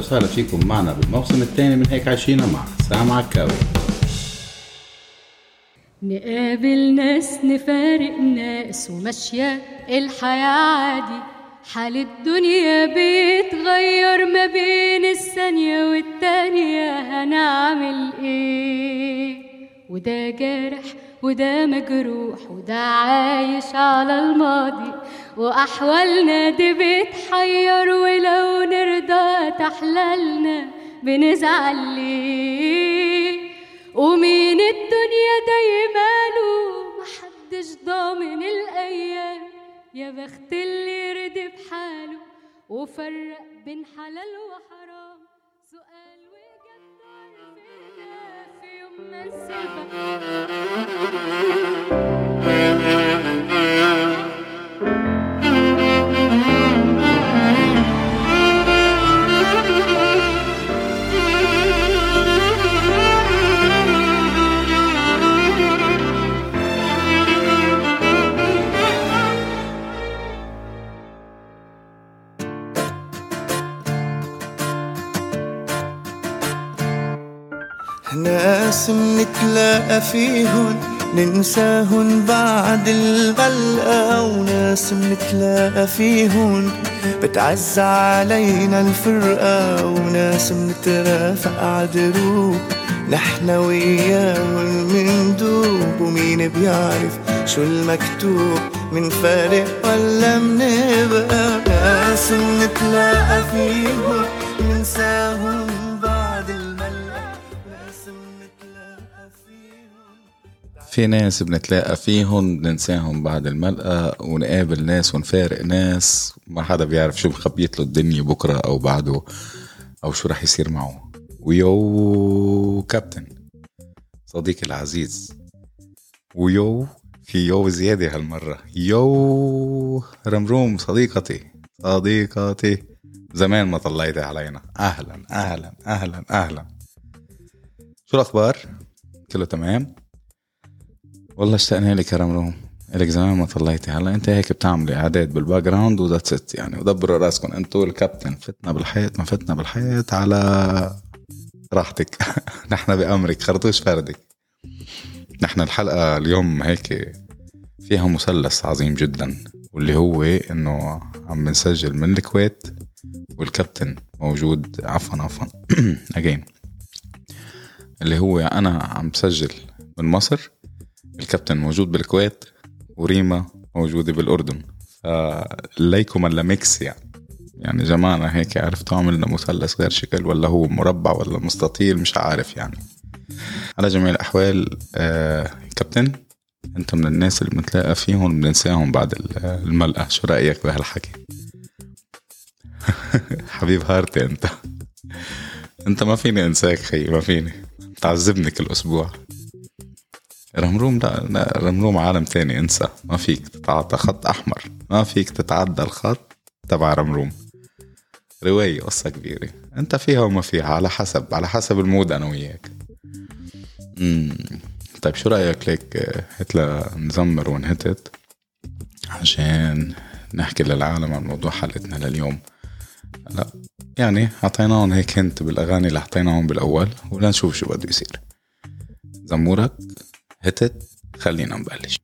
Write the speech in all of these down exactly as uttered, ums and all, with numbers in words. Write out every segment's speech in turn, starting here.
وسهلا فيكم معنا بالموسم الثاني من هيك عايشينا مع سامع عكاوي. نقابل ناس نفارق ناس وماشية الحياة عادي، حال الدنيا بيتغير ما بين الثانية والتانية، هنعمل ايه؟ وده جارح وده مجروح وده عايش على الماضي، وأحوالنا دي بتحير، ولو نرضى تحللنا بنزعل ليه؟ ومين الدنيا دايماله محدش ضامن الأيام، يا بخت اللي رضي بحاله وفرق بين حلال وحرام. سؤال وجد عرفنا في يوم ما نسيبها. ناس منتلاقى فيهن ننساهن بعد الغلقة، وناس منتلاقى فيهن بتعز علينا الفرقة، وناس منترافق عدروب نحن وياهن مندوب، ومين بيعرف شو المكتوب من فارق ولا منبقى. ناس منتلاقى فيهن ننساهن في ناس بنتلاقى فيهم بننساهم بعد الملقى، ونقابل ناس ونفارق ناس ما حدا بيعرف شو مخبيت له الدنيا بكرة أو بعده أو شو رح يصير معه. ويو كابتن صديقي العزيز، ويو في يو زيادة هالمرة، يو رمروم صديقتي صديقتي زمان ما طلعتي علينا. أهلا أهلا أهلا أهلا، شو الأخبار؟ كله تمام؟ والله اشتقنا لك يا رمروم، لك زمان ما طلعتي. هلا انت هيك بتعملي اعداد بالباك جراوند وذاتس ات يعني، ودبروا راسكم انتوا الكابتن، فتنا بالحيط ما فتنا بالحيط على راحتك. نحن بأمرك خرطوش فردك. نحن الحلقة اليوم هيك فيها مثلث عظيم جدا، واللي هو انه عم بنسجل من الكويت والكابتن موجود، عفوا عفوا اجين اللي هو انا عم بسجل من مصر، الكابتن موجود بالكويت، وريما موجودة بالأردن. فليكم الا ميكس يعني يعني جماعة هيك عرفتوا عملنا مثلث غير شكل، ولا هو مربع ولا مستطيل مش عارف يعني. على جميع الأحوال آه كابتن، انت من الناس اللي بنتلاقى فيهم بننساهم بعد الملقى، شو رأيك بهالحكي؟ حبيب هارتي انت انت ما فيني انساك خي، ما فيني تعذبني كل أسبوع. رمروم لا, لا رمروم عالم تاني، انسى، ما فيك تتعاطى خط أحمر، ما فيك تتعدى الخط تبع رمروم. رواية قصة كبيرة انت فيها وما فيها، على حسب على حسب المود انا وياك. امم طيب شو رأيك ليك هتلا نزمر ونهتت عشان نحكي للعالم عن موضوع حلقتنا لليوم. لا يعني عطيناهم هيك هنت بالأغاني اللي حطيناهم بالأول، ولا نشوف شو بده يصير. زمورك هتت، خلينا نبلش.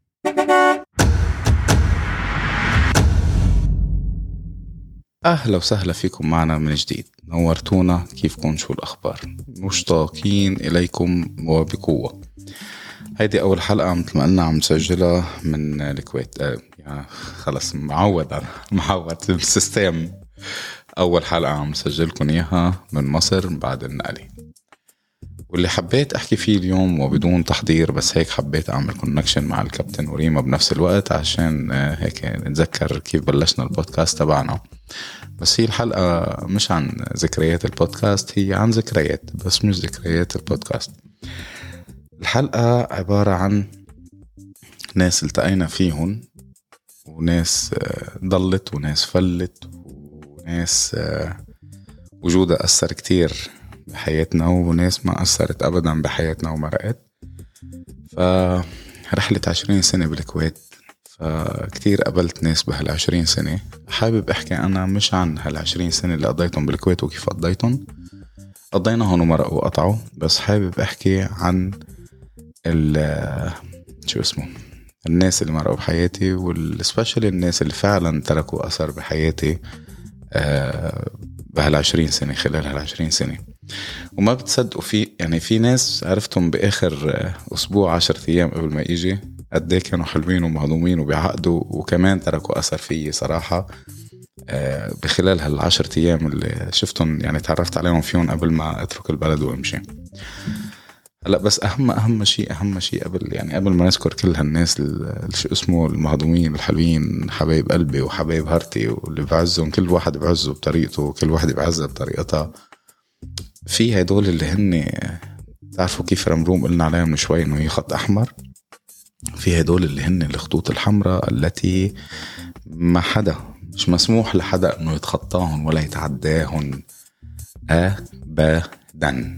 أهلا وسهلا فيكم معنا من جديد، نورتونا، كيفكم؟ شو الأخبار؟ مشتاقين إليكم وبقوة. هيدي أول حلقة مثل ما قلنا عم نسجلها من الكويت. آه يعني خلص معود أنا معود السيستم. أول حلقة عم نسجلكم إياها من مصر بعد النقلة، واللي حبيت أحكي فيه اليوم وبدون تحضير، بس هيك حبيت أعمل كونكشن مع الكابتن وريما بنفس الوقت عشان هيك نتذكر كيف بلشنا البودكاست تبعنا. بس هي الحلقة مش عن ذكريات البودكاست، هي عن ذكريات بس مش ذكريات البودكاست. الحلقة عبارة عن ناس التقينا فيهن، وناس ضلت وناس فلت، وناس وجودها أثر كتير بحياتنا، وناس ما أثرت أبدا بحياتنا ومرقت. فرحلة عشرين سنة بالكويت، ف فكتير قابلت ناس بهالعشرين سنة. حابب أحكي أنا مش عن هالعشرين سنة اللي قضيتهم بالكويت وكيف قضيتهم، قضينا هون ومرقوا وقطعوا، بس حابب أحكي عن ال شو اسمه الناس اللي مرقوا بحياتي، والسبيشال الناس اللي فعلا تركوا أثر بحياتي بهالعشرين سنة، خلال هالعشرين سنة. وما بتصدقوا في يعني في ناس عرفتهم بآخر أسبوع عشرة أيام قبل ما يجي قد ايه كانوا حلوين ومهضومين وبيعقدوا، وكمان تركوا أثر فيي صراحة بخلال هالعشرة أيام اللي شفتهم، يعني تعرفت عليهم فيهم قبل ما أترك البلد وأمشي. هلا بس أهم أهم شيء أهم شيء قبل يعني قبل ما نذكر كل هالناس اللي شو اسمه المهضومين الحلوين، حبايب قلبي وحبايب هرتي واللي بعزهم، كل واحد بعزه بطريقته وكل واحد بعزه بطريقتها. في هدول اللي هن تعرفوا كيف رمروم قلنا عليهم من شوي إنه هي خط أحمر. في هدول اللي هن الخطوط الحمراء التي ما حدا مش مسموح لحدا إنه يتخطاهم ولا يتعداهم أبداً.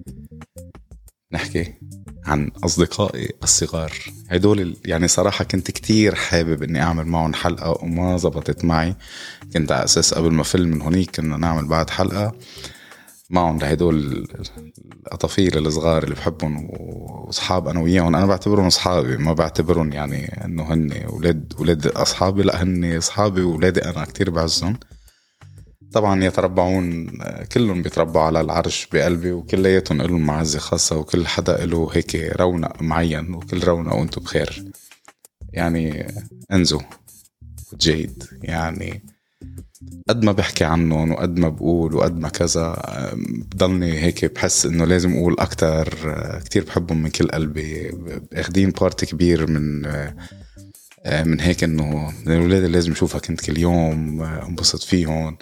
نحكي عن أصدقائي الصغار هدول، يعني صراحة كنت كتير حابب إني أعمل معهم حلقة وما زبطت معي. كنت على أساس قبل ما فيلم من هونيك كنا نعمل بعد حلقة معهم لهدول الأطفال الصغار اللي بحبهم وصحاب أنا وياهم. أنا بعتبرهم أصحابي، ما بعتبرهم يعني إنه هن ولاد ولاد أصحابي، لا هن أصحابي وولادي أنا كتير بعزهم. طبعا يتربعون كلهم بيتربعوا على العرش بقلبي، وكلياتهم لهم معزة خاصة، وكل حدا له هيك رونق معين، وكل رونق وانتو بخير. يعني انزو وجيد، يعني قد ما بحكي عنهم وقد ما بقول وقد ما كذا بضلني هيك بحس انه لازم اقول اكتر. كتير بحبهم من كل قلبي، اخدين بارت كبير من من هيك انه الولاد اللي لازم اشوفها كنت كل يوم انبسط فيهم.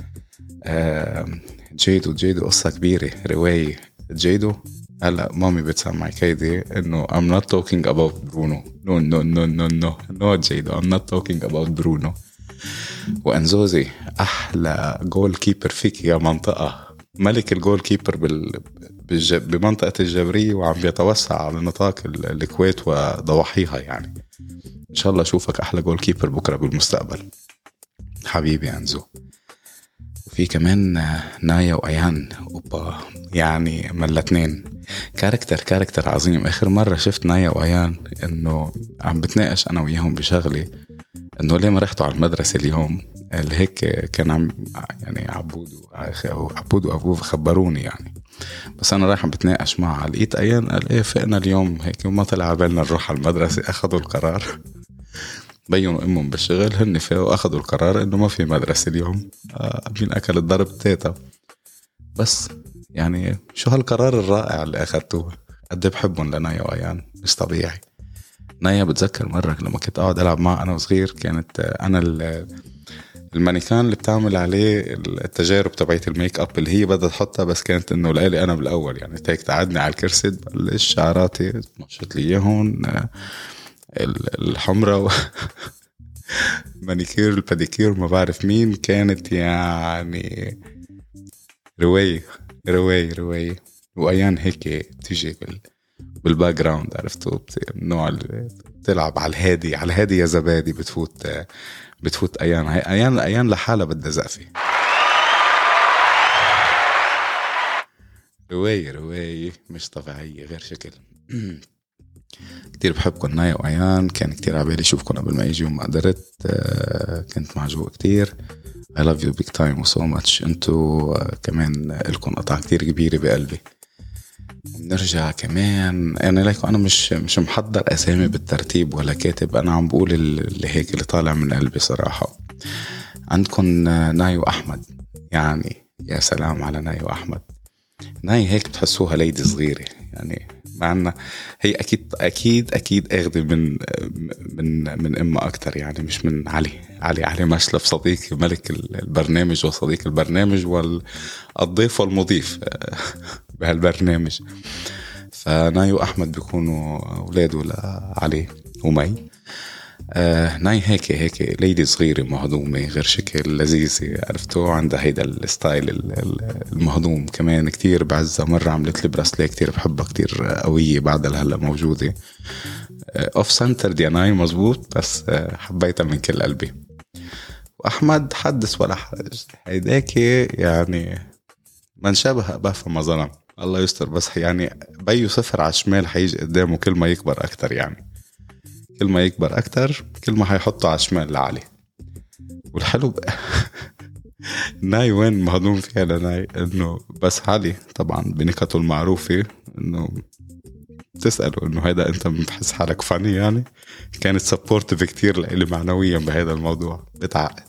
جيدو جيدو قصة كبيرة، رواية جيدو. هلا مامي بتسمع كيدي انه I'm not talking about Bruno. no no no no no no جيدو I'm not talking about Bruno. وأنزوزي أحلى جول كيبر فيك يا منطقة، ملك الجول كيبر بال... بالج... بمنطقة الجبرية، وعم بيتوسع على نطاق الكويت وضواحيها. يعني إن شاء الله أشوفك أحلى جول كيبر بكرة بالمستقبل حبيبي أنزو. وفي كمان نايا وأيان، أوبا يعني من الاثنين كاركتر كاركتر عظيم. آخر مرة شفت نايا وأيان إنه عم بتناقش أنا وياهم بشغلي إنه ليه ما رحتوا على المدرسة اليوم اللي هيك كان عم يعني عبود وعبود وأبوه خبروني يعني. بس أنا رايح بتناقش معها، لقيت أيان قال إيه فقنا اليوم هيك وما طلع بالنا نروح على المدرسة. أخذوا القرار بينوا أمهم بالشغل، هن فيها أخذوا القرار إنه ما في مدرسة اليوم. مين أكل الضرب تيتا. بس يعني شو هالقرار الرائع اللي أخذتوه. قد بحبهم لنايا وأيان مش طبيعي. نايا بتذكر مرة لما كنت أقعد ألعب معه أنا وصغير، كانت أنا المانيكان اللي بتعمل عليه التجارب تبعية الميك أب اللي هي بدها تحطها، بس كانت إنه لقالي أنا بالأول يعني تيك تعدني على الكرسي بلش شعراتي مشت لي إياهن الحمرة و... مانيكير الباديكير ما بعرف مين. كانت يعني رواية رواية رواية. وأيان هيك تيجي بال... بالباك جراوند عرفتوا النوع اللي بتلعب على الهادي على الهادي يا زبادي. بتفوت بتفوت أيان هاي أيان أيان لحالة بدها زقفة. رواية رواية مش طبيعية غير شكل. كتير بحبكم نايا وأيان، كان كتير عبالي شوفكم قبل ما يجي وما قدرت. كنت معجوق كتير. I love you big time so much. انتو كمان لكم قطعة كتير كبيرة بقلبي. نرجع كمان أنا ليكو أنا مش مش محضر أسامي بالترتيب ولا كاتب، أنا عم بقول اللي هيك اللي طالع من قلبي صراحة. عندكم ناي وأحمد، يعني يا سلام على ناي وأحمد. ناي هيك بتحسوها ليدي صغيرة يعني، معنا هي أكيد أكيد أكيد أخذ من من من إما أكتر يعني، مش من علي علي علي مشلف صديق ملك البرنامج وصديق البرنامج والضيف والمضيف بهالبرنامج. فنايو أحمد بيكونوا أولاده لعلي ومي. آه ناي هيك هيك ليدي صغيرة مهضومة غير شكل لذيذة عرفتوا عندها هيدا الستايل المهضوم كمان كتير بعزها. مرة عملت لي براسليه كتير بحبها كتير قوية بعدها هلأ موجودة اوف سنتر دي ناي مزبوط بس حبيتها من كل قلبي. وأحمد حدث ولا حرج هيداك يعني من شبه أباه فما ظلم الله يستر. بس يعني بيو صفر على الشمال حيجي قدامه كل ما يكبر أكتر يعني كل ما يكبر أكتر كل ما هيحطه على الشمال لعلي. والحلو بقى ناي وين مهضوم فيها لناي إنه بس علي طبعا بنكته المعروفة إنه تسأله إنه هيدا أنت بتحس حالك فاني يعني كانت سبورتيف كتير لإلي معنويا بهذا الموضوع بتعقد.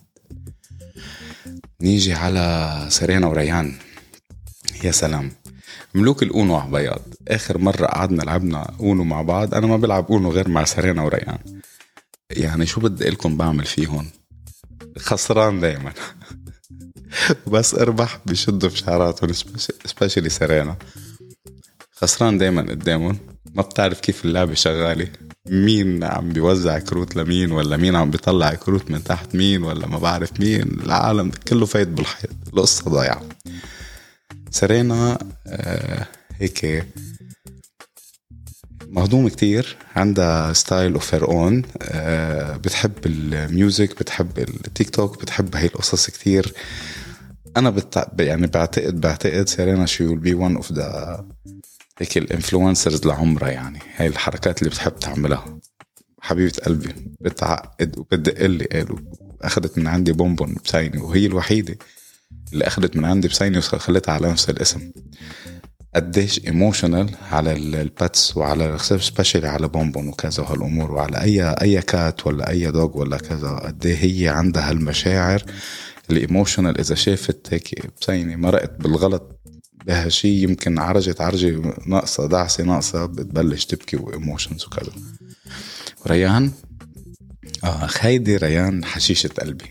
نيجي على سرينا وريان يا سلام ملوك الأونو على بياض. آخر مرة قعدنا لعبنا أونو مع بعض أنا ما بلعب أونو غير مع سرينا وريان يعني شو بدي لكم بعمل فيهم خسران دايما بس أربح بشدوا في شعراتهم سبيشالي سرينا خسران دايما قدامهم. ما بتعرف كيف اللعبة شغالة مين عم بيوزع كروت لمين ولا مين عم بيطلع كروت من تحت مين ولا ما بعرف مين. العالم كله فايت بالحيط القصة ضايعة. سرينا آه هيك مهضوم كتير عندها ستايل اوف هير اون آه بتحب الميوزك بتحب التيك توك بتحب هاي القصص كتير. انا بتع... يعني بعتقد بعتقد سرينا she will be one of the هيك الانفلونسرز لعمرها يعني هاي الحركات اللي بتحب تعملها. حبيبة قلبي بتعقد وبدق لي قالوا أخذت من عندي بونبون بسيني وهي الوحيدة اللي أخذت من عندي بسيني وخلتها على نفس الاسم. قديش ايموشنال على الباتس وعلى سبيشالي على بونبون وكذا وهالأمور وعلى أي أي كات ولا أي دوغ ولا كذا قديه هي عندها هالمشاعر الايموشنال. إذا شافت هيك بسيني مرقت بالغلط بهالشي يمكن عرجت عرجة ناقصة دعسة ناقصة بتبلش تبكي وإيموشنز وكذا. ريان آه خيدي ريان حشيشة قلبي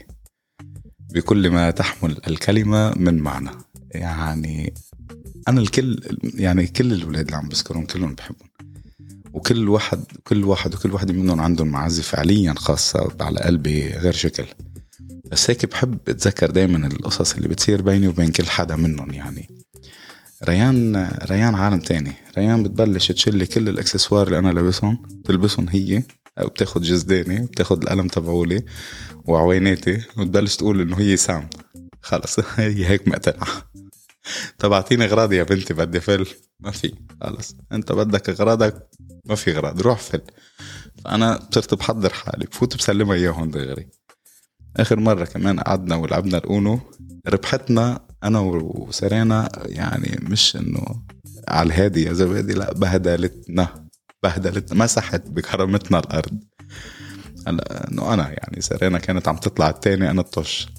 بكل ما تحمل الكلمة من معنى. يعني أنا الكل يعني كل الولاد اللي عم بذكرهم كلهم بحبهم وكل واحد كل واحد وكل واحد منهم عندهم معزة فعليا خاصة على قلبي غير شكل. بس هيك بحب أتذكر دايما القصص اللي بتصير بيني وبين كل حدا منهم. يعني ريان ريان عالم تاني. ريان بتبلش تشلي كل الاكسسوار اللي انا لابسهم تلبسهم هي او بتاخد جزداني بتاخد القلم تبعولي وعويناتي وتبلش تقول انه هي سام خلص هي هيك مقتنعة. طب اعطيني اغراضي يا بنتي بدي فل ما في خلص انت بدك اغراضك ما في اغراض روح فل. فانا صرت بحضر حالي بفوت بسلمها اياهم دغري. اخر مرة كمان قعدنا ولعبنا الأونو ربحتنا انا وسرينا يعني مش انه على الهادي يا زبادي لا بهدلتنا بهدلتنا مسحت بكرامتنا الارض. هلا انه انا يعني سرينا كانت عم تطلع التاني انا الطش.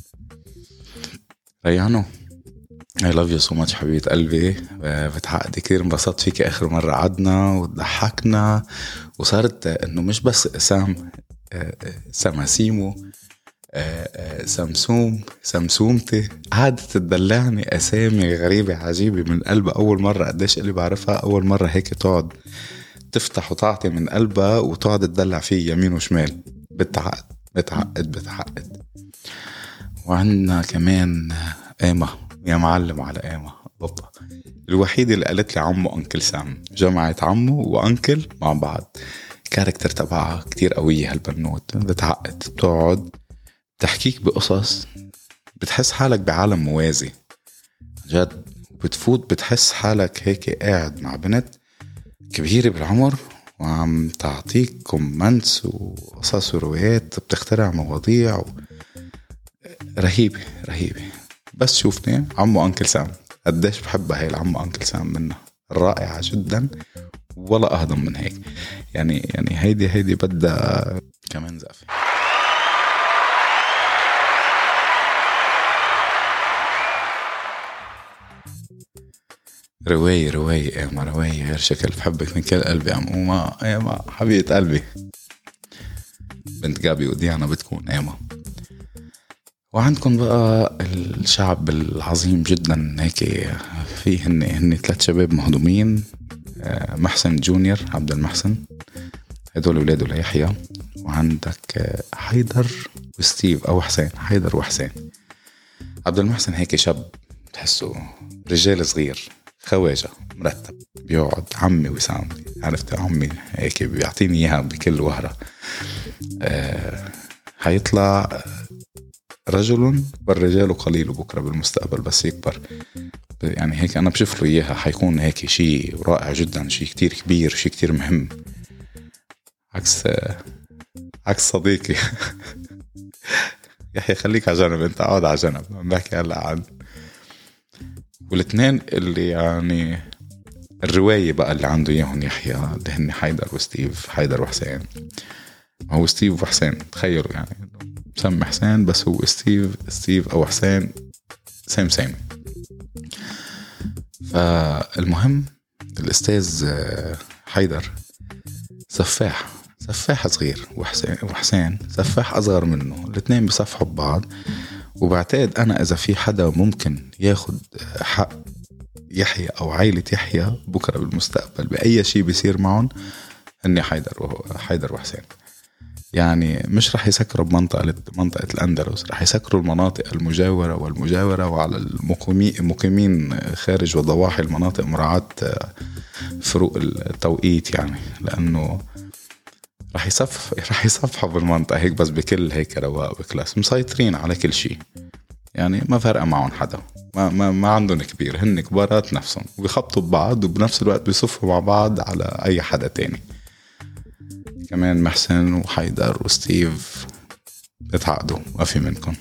ريانو I love you so much حبيبة قلبي بتعقدي كتير انبسطت فيك اخر مرة قعدنا وضحكنا وصارت انه مش بس اسام سماسيمو سمسوم سمسومتي قعدت تدلعني أسامي غريبة عجيبة من قلبها. أول مرة قديش اللي بعرفها أول مرة هيك تقعد تفتح وتعطي من قلبها وتقعد تدلع فيه يمين وشمال. بتعقد بتعقد بتعقد. وعندنا كمان إيما يا معلم على إيما بابا الوحيدة اللي قالت لي عمو أنكل سام. جمعت عمو وأنكل مع بعض. كاركتر تبعها كتير قوية هالبنوت. بتعقد بتقعد تحكيك بقصص بتحس حالك بعالم موازي جد. بتفوت بتحس حالك هيك قاعد مع بنت كبيرة بالعمر وعم تعطيك كومنتس وقصص وروايات بتخترع مواضيع و... رهيبة رهيبة. بس شوفني عمو أنكل سام قديش بحبها هاي العمو أنكل سام منها رائعة جدا ولا أهضم من هيك. يعني يعني هيدي هيدي بدها كمان زقفة. رواية رواية إيما رواية غير شكل بحبك من كل قلبي عموما إيما حبيبة قلبي بنت جابي وديانا بتكون إيما. وعندكم بقى الشعب العظيم جدا هيك فيه هن هن ثلاث شباب مهضومين محسن جونيور عبد المحسن هدول ولاده ليحيى وعندك حيدر وستيف أو حسين. حيدر وحسين. عبد المحسن هيك شاب تحسه رجال صغير خواجة مرتب بيقعد عمي وسام، عرفت عمي هيك بيعطيني إياها بكل وهرة. أه هيطلع رجل والرجال قليل بكرة بالمستقبل بس يكبر، يعني هيك أنا بشوف له إياها حيكون هيك شيء رائع جدا، شيء كتير كبير، شيء كتير مهم. عكس عكس صديقي يحيى خليك على جنب، انت اقعد على جنب، عم بحكي هلا عن والاثنين اللي يعني الرواية بقى اللي عنده اياهم يحيى اللي هن حيدر وستيف. حيدر وحسين، هو ستيف وحسين تخيلوا يعني مسمى حسين بس هو ستيف ستيف او حسين سيم سيم. فالمهم الأستاذ حيدر سفاح سفاح صغير، وحسين وحسين سفاح أصغر منه، الاثنين بيصفحوا ببعض. وبعتقد أنا إذا في حدا ممكن ياخد حق يحيى أو عائلة يحيى بكرة بالمستقبل بأي شيء بيصير معهم هني حيدر حيدر وحسين. يعني مش رح يسكروا بمنطقة منطقة الأندلس، رح يسكروا المناطق المجاورة والمجاورة، وعلى المقيمين خارج وضواحي المناطق مراعاة فروق التوقيت، يعني لأنه رح يصف رح يصفحوا بالمنطقة هيك بس بكل هيك رواق بكلاس، مسيطرين على كل شيء، يعني ما فرق معهم حدا، ما ما ما عندهم كبير، هن كبارات نفسهم وبيخبطوا ببعض وبنفس الوقت بيصفوا مع بعض على أي حدا تاني. كمان محسن وحيدر وستيف بتعقدوا ما في منكم،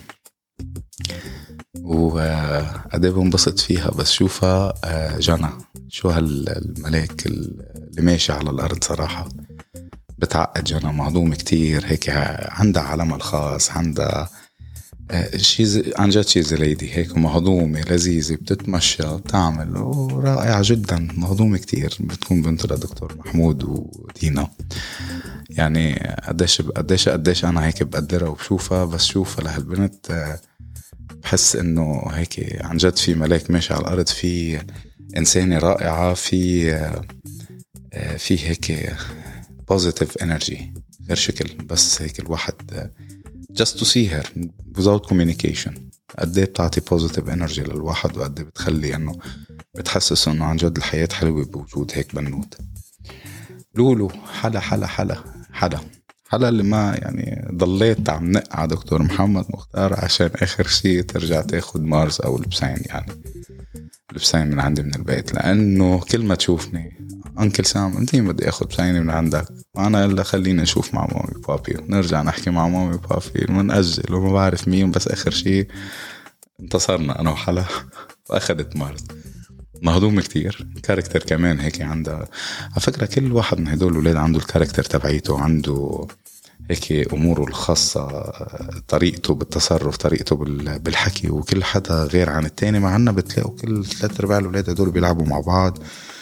وقدي بنبسط فيها بس شوفها جنى شو هالملاك اللي ماشي على الأرض صراحة. بتعقد جنى مهضوم كتير هيك، عندها عالمها الخاص، عندها شيء عن جد شيء زليدي هيك مهضومة لذيذة بتتمشى بتعمل ورائعة جدا، مهضومة كتير. بتكون بنت لدكتور محمود ودينا، يعني قديش قديش قديش أنا هيك بقدرها وبشوفها، بس شوفها لهالبنت بحس إنه هيك عن جد في ملاك ماشي على الأرض، في إنسانة رائعة، في في هيك positive energy غير شكل، بس هيك الواحد just to see her without communication قد ايه بتعطي positive energy للواحد، وقد ايه بتخلي انه بتحسس انه عن جد الحياة حلوة بوجود هيك بنوت. لولو حلا حلا حلا حلا حلا اللي ما يعني ضليت عم نقع دكتور محمد مختار عشان اخر شيء ترجع تاخد مارس او البسين، يعني البسين من عندي من البيت، لانه كل ما تشوفني أنكل سام أنت بدي أخذ بسيني من عندك، وأنا إلا خلينا نشوف مع مامي وبابي ونرجع نحكي مع مامي وبابي ونأجل وما بعرف مين، بس آخر شيء انتصرنا أنا وحلا وأخذت مارس. مهضوم كتير، كاركتر كمان هيك عندها. على فكرة كل واحد من هدول الولاد عنده الكاركتر تبعيته، عنده هيك أموره الخاصة، طريقته بالتصرف، طريقته بالحكي، وكل حدا غير عن التاني. معنا بتلاقوا كل ثلاثة أرباع الولاد هدول بيلعبوا مع بعض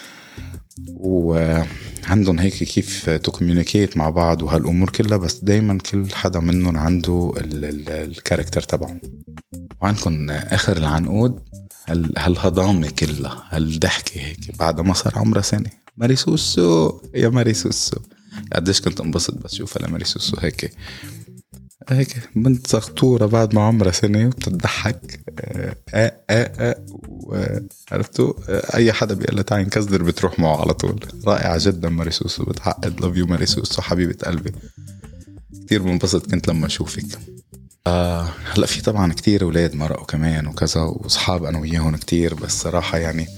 وعندهم هيك كيف تكوميونيكيت مع بعض وهالأمور كلها، بس دايما كل حدا منهم عنده الكاركتر تبعه. وعندكم آخر العنقود هالهضامة كلها، هالضحكة هيك بعد ما صار عمرها سنة. ماري سوسو يا ماري سوسو، قديش كنت انبسط بس شوفها لماري سوسو هيك هيك بنت سخطورة بعد ما عمرها سنة وبتضحك آه آه آه وعرفتوا آه أي حدا بيقول لها تعي نكسدر بتروح معه على طول. رائعة جدا ماري سوسو، بتعقد. لوف يو ماري سوسو حبيبة قلبي، كتير بنبسط كنت لما أشوفك. آه هلأ في طبعا كتير أولاد مرقوا كمان وكذا وصحاب أنا وياهم كتير، بس صراحة يعني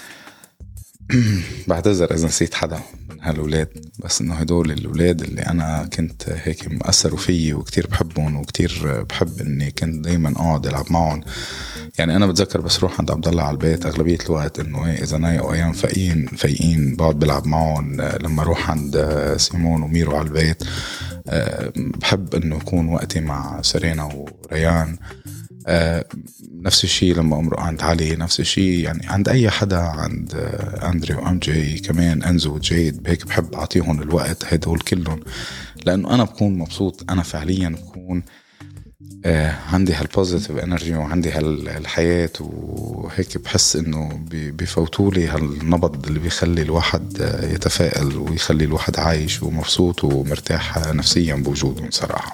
بعتذر إذا نسيت حدا من هالولاد، بس إنه هدول الولاد اللي أنا كنت هيك مؤثروا فيي وكتير بحبهم وكتير بحب إني كنت دايما أقعد ألعب معهم. يعني أنا بتذكر بس روح عند عبد الله على البيت أغلبية الوقت إنه إيه إذا نايقوا أيام فايقين فايقين بقعد بلعب معهم. لما أروح عند سيمون وميرو على البيت بحب إنه يكون وقتي مع سرينا وريان. آه نفس الشيء لما أمرق عند علي، نفس الشيء يعني عند أي حدا، عند آه أندري وأم جي كمان، أنزو وجيد، بهيك بحب أعطيهم الوقت هدول كلهم، لأنه أنا بكون مبسوط. أنا فعليا بكون آه عندي هالبوزيتيف انرجي وعندي هالحياة وهيك بحس انه بيفوتولي هالنبض اللي بيخلي الواحد يتفائل ويخلي الواحد عايش ومبسوط ومرتاح نفسيا بوجوده صراحة.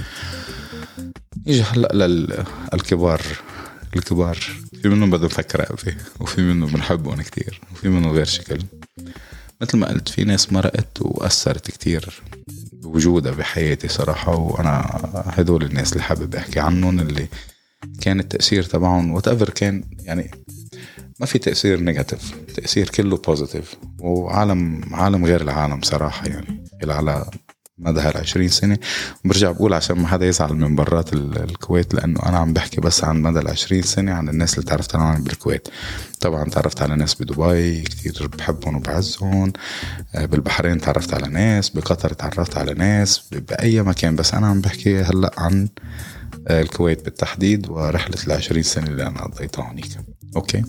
يجي هلأ للكبار. الكبار في منهم بدهم فكر فيه وفي منهم بنحبهم كتير وفي منهم غير شكل. مثل ما قلت في ناس مرقت وأثرت كتير بوجودها بحياتي صراحة, وأنا هدول الناس اللي حابب أحكي عنهم, اللي كان التأثير تبعهم whatever كان, يعني ما في تأثير نيجاتيف, تأثير كله بوزيتيف, وعالم عالم غير العالم صراحة. يعني على مدى هالعشرين سنة برجع بقول عشان ما حدا يزعل من برات الكويت, لأنه أنا عم بحكي بس عن مدى العشرين سنة عن الناس اللي تعرفت عنهم بالكويت. طبعا تعرفت على ناس بدبي كتير بحبهم وبعزهم, بالبحرين تعرفت على ناس, بقطر تعرفت على ناس, بأي مكان, بس أنا عم بحكي هلأ عن الكويت بالتحديد ورحلة العشرين سنة اللي أنا قضيتها هناك. أوكي,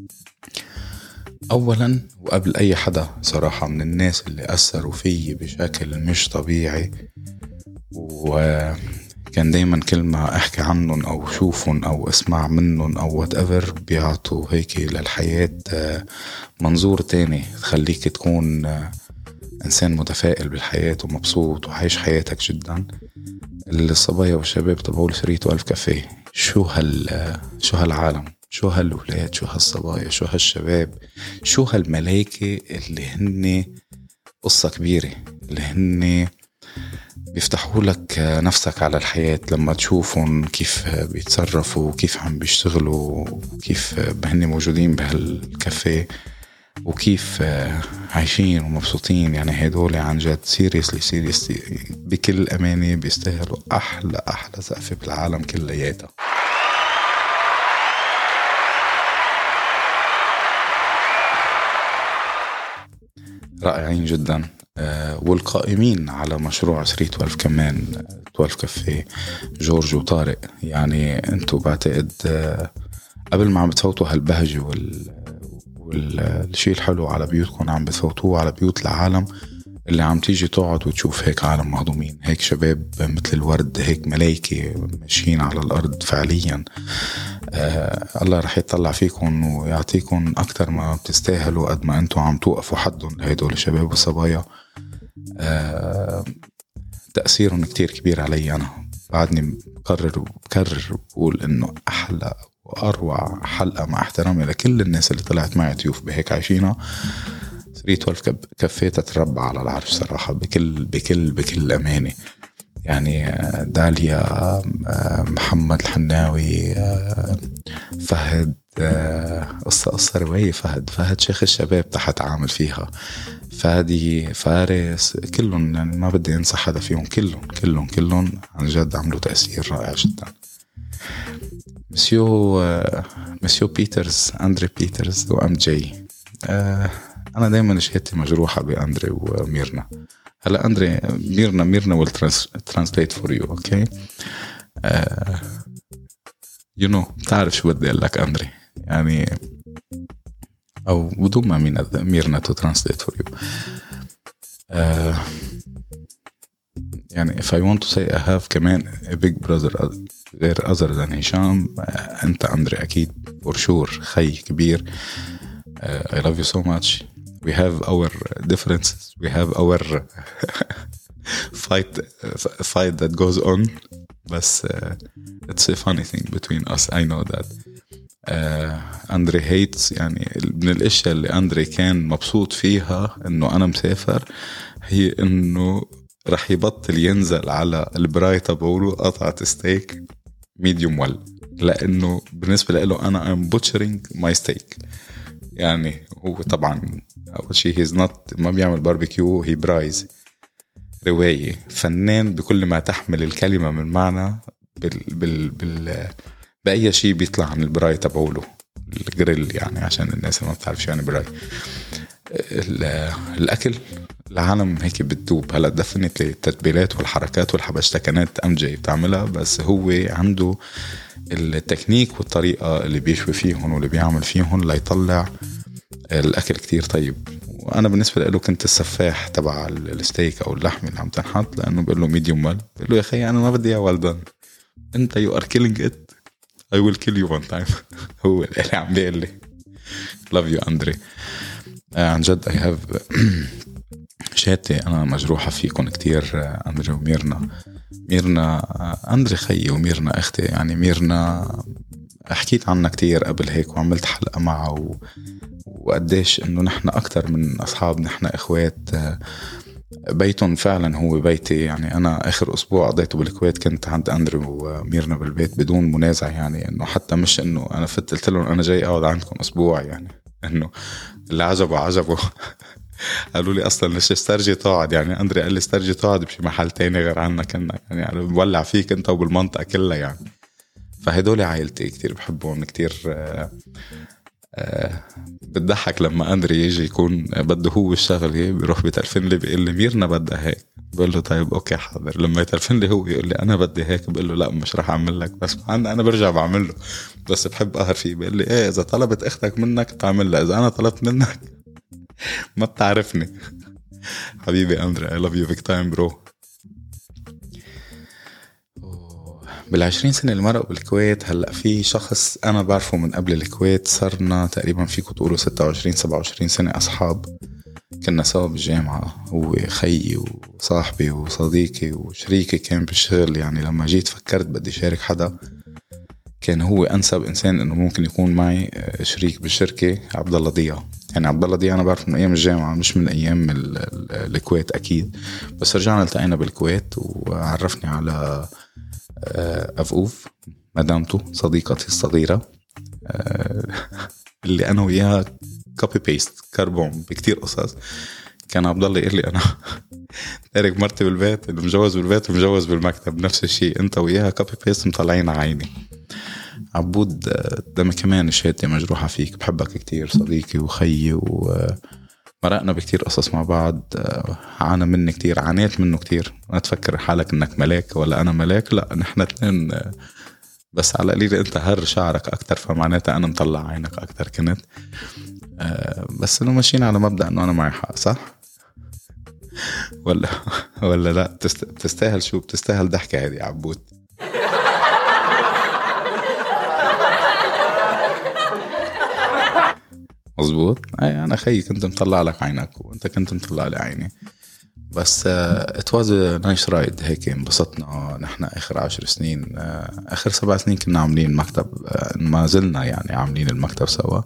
أولا وقبل أي حدا صراحة من الناس اللي أثروا فيي بشكل مش طبيعي, وكان دايما كلمة أحكي عنهم أو شوفهم أو اسمع منهم أو whatever بيعطوا هيك للحياة منظور تاني تخليك تكون إنسان متفائل بالحياة ومبسوط وعايش حياتك جدا. الصبايا والشباب تبعوا ثري تويلف كافيه, شو هال شو هالعالم, شو هالولاد, شو هالصبايا, شو هالشباب, شو هالملايكة اللي هن قصة كبيرة, اللي هن بيفتحوا لك نفسك على الحياة لما تشوفهم كيف بيتصرفوا, كيف عم بيشتغلوا, كيف هن موجودين بهالكافيه, وكيف عايشين ومبسوطين. يعني هدول عن جد سيريسلي سيريسلي بكل أمانة بيستاهلوا أحلى أحلى سقفة بالعالم كلياتها. رائعين جدا. أه والقائمين على مشروع ثري تويلف كمان, تويلف كافيه, جورج وطارق, يعني انتو بعتقد أه قبل ما عم بتفوتوا هالبهجة وال والشيء الحلو على بيوتكم عم بتفوتوه على بيوت العالم اللي عم تيجي تقعد وتشوف هيك عالم مهضومين, هيك شباب مثل الورد, هيك ملايكة ماشيين على الأرض فعليا. آه الله رح يطلع فيكم ويعطيكم أكتر ما بتستاهلوا قد ما أنتوا عم توقفوا حدهم لهدول الشباب والصبايا. آه تأثيرهم كتير كبير علي. أنا بعدني بقرر وبكرر وبقول إنه أحلى وأروع حلقة مع احترامي لكل الناس اللي طلعت معي ضيوف بهيك عايشينها ثري تويلف كافيه تتربى على العرش صراحة, بكل بكل بكل أمانة. يعني داليا, محمد الحناوي, فهد, قصة قصة رواية فهد فهد شيخ الشباب تحت عامل فيها, فادي, فارس, كلهم يعني ما بدي انسى حدا فيهم, كلهم كلهم كلهم عن جد عملوا تأثير رائع جدا. مسيو مسيو بيترز, أندري بيترز وأم جي, أنا دايما شهادتي مجروحة بأندري وميرنا. هلا أندري ميرنا ميرنا will translate for you, okay? uh, you know تعرف شو بدي أقول لك أندري, يعني أو بدون ما مين ميرنا to translate for you. uh, يعني if I want to say I have كمان a big brother غير other than هشام, أنت أندري أكيد for sure, خي كبير. uh, I love you so much. We have our differences, we have our fight fight that goes on, but uh, it's a funny thing between us, I know that. أندري uh, hates, يعني من الأشياء اللي أندري كان مبسوط فيها إنه أنا مسافر, هي إنه رح يبطل ينزل على البراي تبعوله قطعة ستيك medium well, لأنه بالنسبة له أنا I'm butchering my steak. يعني هو طبعا أول شيء he's not, ما بيعمل باربيكيو, he برايز, رواية, فنان بكل ما تحمل الكلمة من معنى بال بال بال بأي شيء بيطلع عن البراي تبعوله, الجريل, يعني عشان الناس ما بتعرف شو يعني براي. الأكل العالم هيك بتدوب. هلا دفنت التتبيلات والحركات والحبشتكنات أم جي بتعملها, بس هو عنده التكنيك والطريقة اللي بيشوي فيهم واللي بيعمل فيهم ليطلع الأكل كتير طيب. وأنا بالنسبة له كنت السفاح تبع الستيك أو اللحم اللي عم تنحط, لأنه بقول له ميديوم ويل, بقول له يا أخي أنا ما بدي يا والدان, انت you are killing it I will kill you one time. هو اللي عم بيقول لي love you أندري. آه عن جد I have شهادتي أنا مجروحة فيكم كتير أندري وميرنا. ميرنا أندري خيي وميرنا أختي، يعني ميرنا حكيت عنها كتير قبل هيك وعملت حلقة معها و... وقديش إنه نحن أكتر من أصحاب، نحن إخوات. بيتهم فعلا هو بيتي، يعني أنا آخر أسبوع قضيته بالكويت كنت عند أندري وميرنا بالبيت بدون منازع، يعني إنه حتى مش إنه أنا فت قلت لهم أنا جاي أقعد عندكم أسبوع، يعني إنه اللي عجبه عجبه. قالوا لي أصلا ليش استرجي تقعد، يعني أندري قال لي استرجي تقعد بشي محل تاني غير عنا كنا، يعني أنا بولع فيك أنت وبالمنطقة كلها يعني. فهدول عائلتي كتير بحبهم كتير. آه آه بتضحك لما أندري يجي يكون بده هو الشغلة بيروح بتلفن لي بيقول لي ميرنا بدها هيك، بقول له طيب أوكي حاضر. لما يتلفن لي هو يقول لي أنا بدي هيك، بقول له لا مش راح أعمل لك، بس أنا أنا برجع بعمل له، بس بحب أهر فيه. بيقول لي إيه إذا طلبت أختك منك تعمل لها، إذا أنا طلبت منك ما بتعرفني. حبيبي أندري I love you big time bro. بالعشرين سنة اللي مرقوا بالكويت هلأ في شخص أنا بعرفه من قبل الكويت، صرنا تقريبا فيكم تقولوا ستة وعشرين سبعة وعشرين سنة أصحاب، كنا سوا بالجامعة، هو خيي وصاحبي وصديقي وشريكي كان بالشغل. يعني لما جيت فكرت بدي شارك حدا كان هو أنسب إنسان إنه ممكن يكون معي شريك بالشركة، عبد الله ضياء. يعني عبد الله ضياء أنا بعرف من أيام الجامعة مش من أيام الكويت أكيد، بس رجعنا التقينا بالكويت وعرفني على أفوف مدامته صديقتي الصغيرة اللي أنا وياها كوبي بيست كربون بكتير قصص. كان عبد الله يقول لي أنا تارك مرتي بالبيت، إنه مجوز بالبيت ومجوز بالمكتب، نفس الشيء أنت وياها كوبي بيست مطلعين عيني. عبود دم كمان شهادتي مجروحة فيك، بحبك كتير صديقي وخيي، ومرقنا بكتير قصص مع بعض. عانى مني كتير، عانيت منه كتير. ما تفكر حالك انك ملاك ولا انا ملاك، لا نحن اتنين، بس على قليل انت هر شعرك اكتر فمعناتها انا مطلع عينك اكتر كنت. بس انه ماشيين على مبدأ انه انا معي حق، صح ولا ولا لا؟ بتستاهل شو بتستاهل ضحكة هذه عبود. مظبوط. اي انا خيي كنت مطلع لك عينك وانت كنت مطلع لي عيني، بس ات واز نايس رايد. هيك انبسطنا نحن اخر عشر سنين، uh, اخر سبع سنين كنا عاملين مكتب، uh, ما زلنا يعني عاملين المكتب سوا،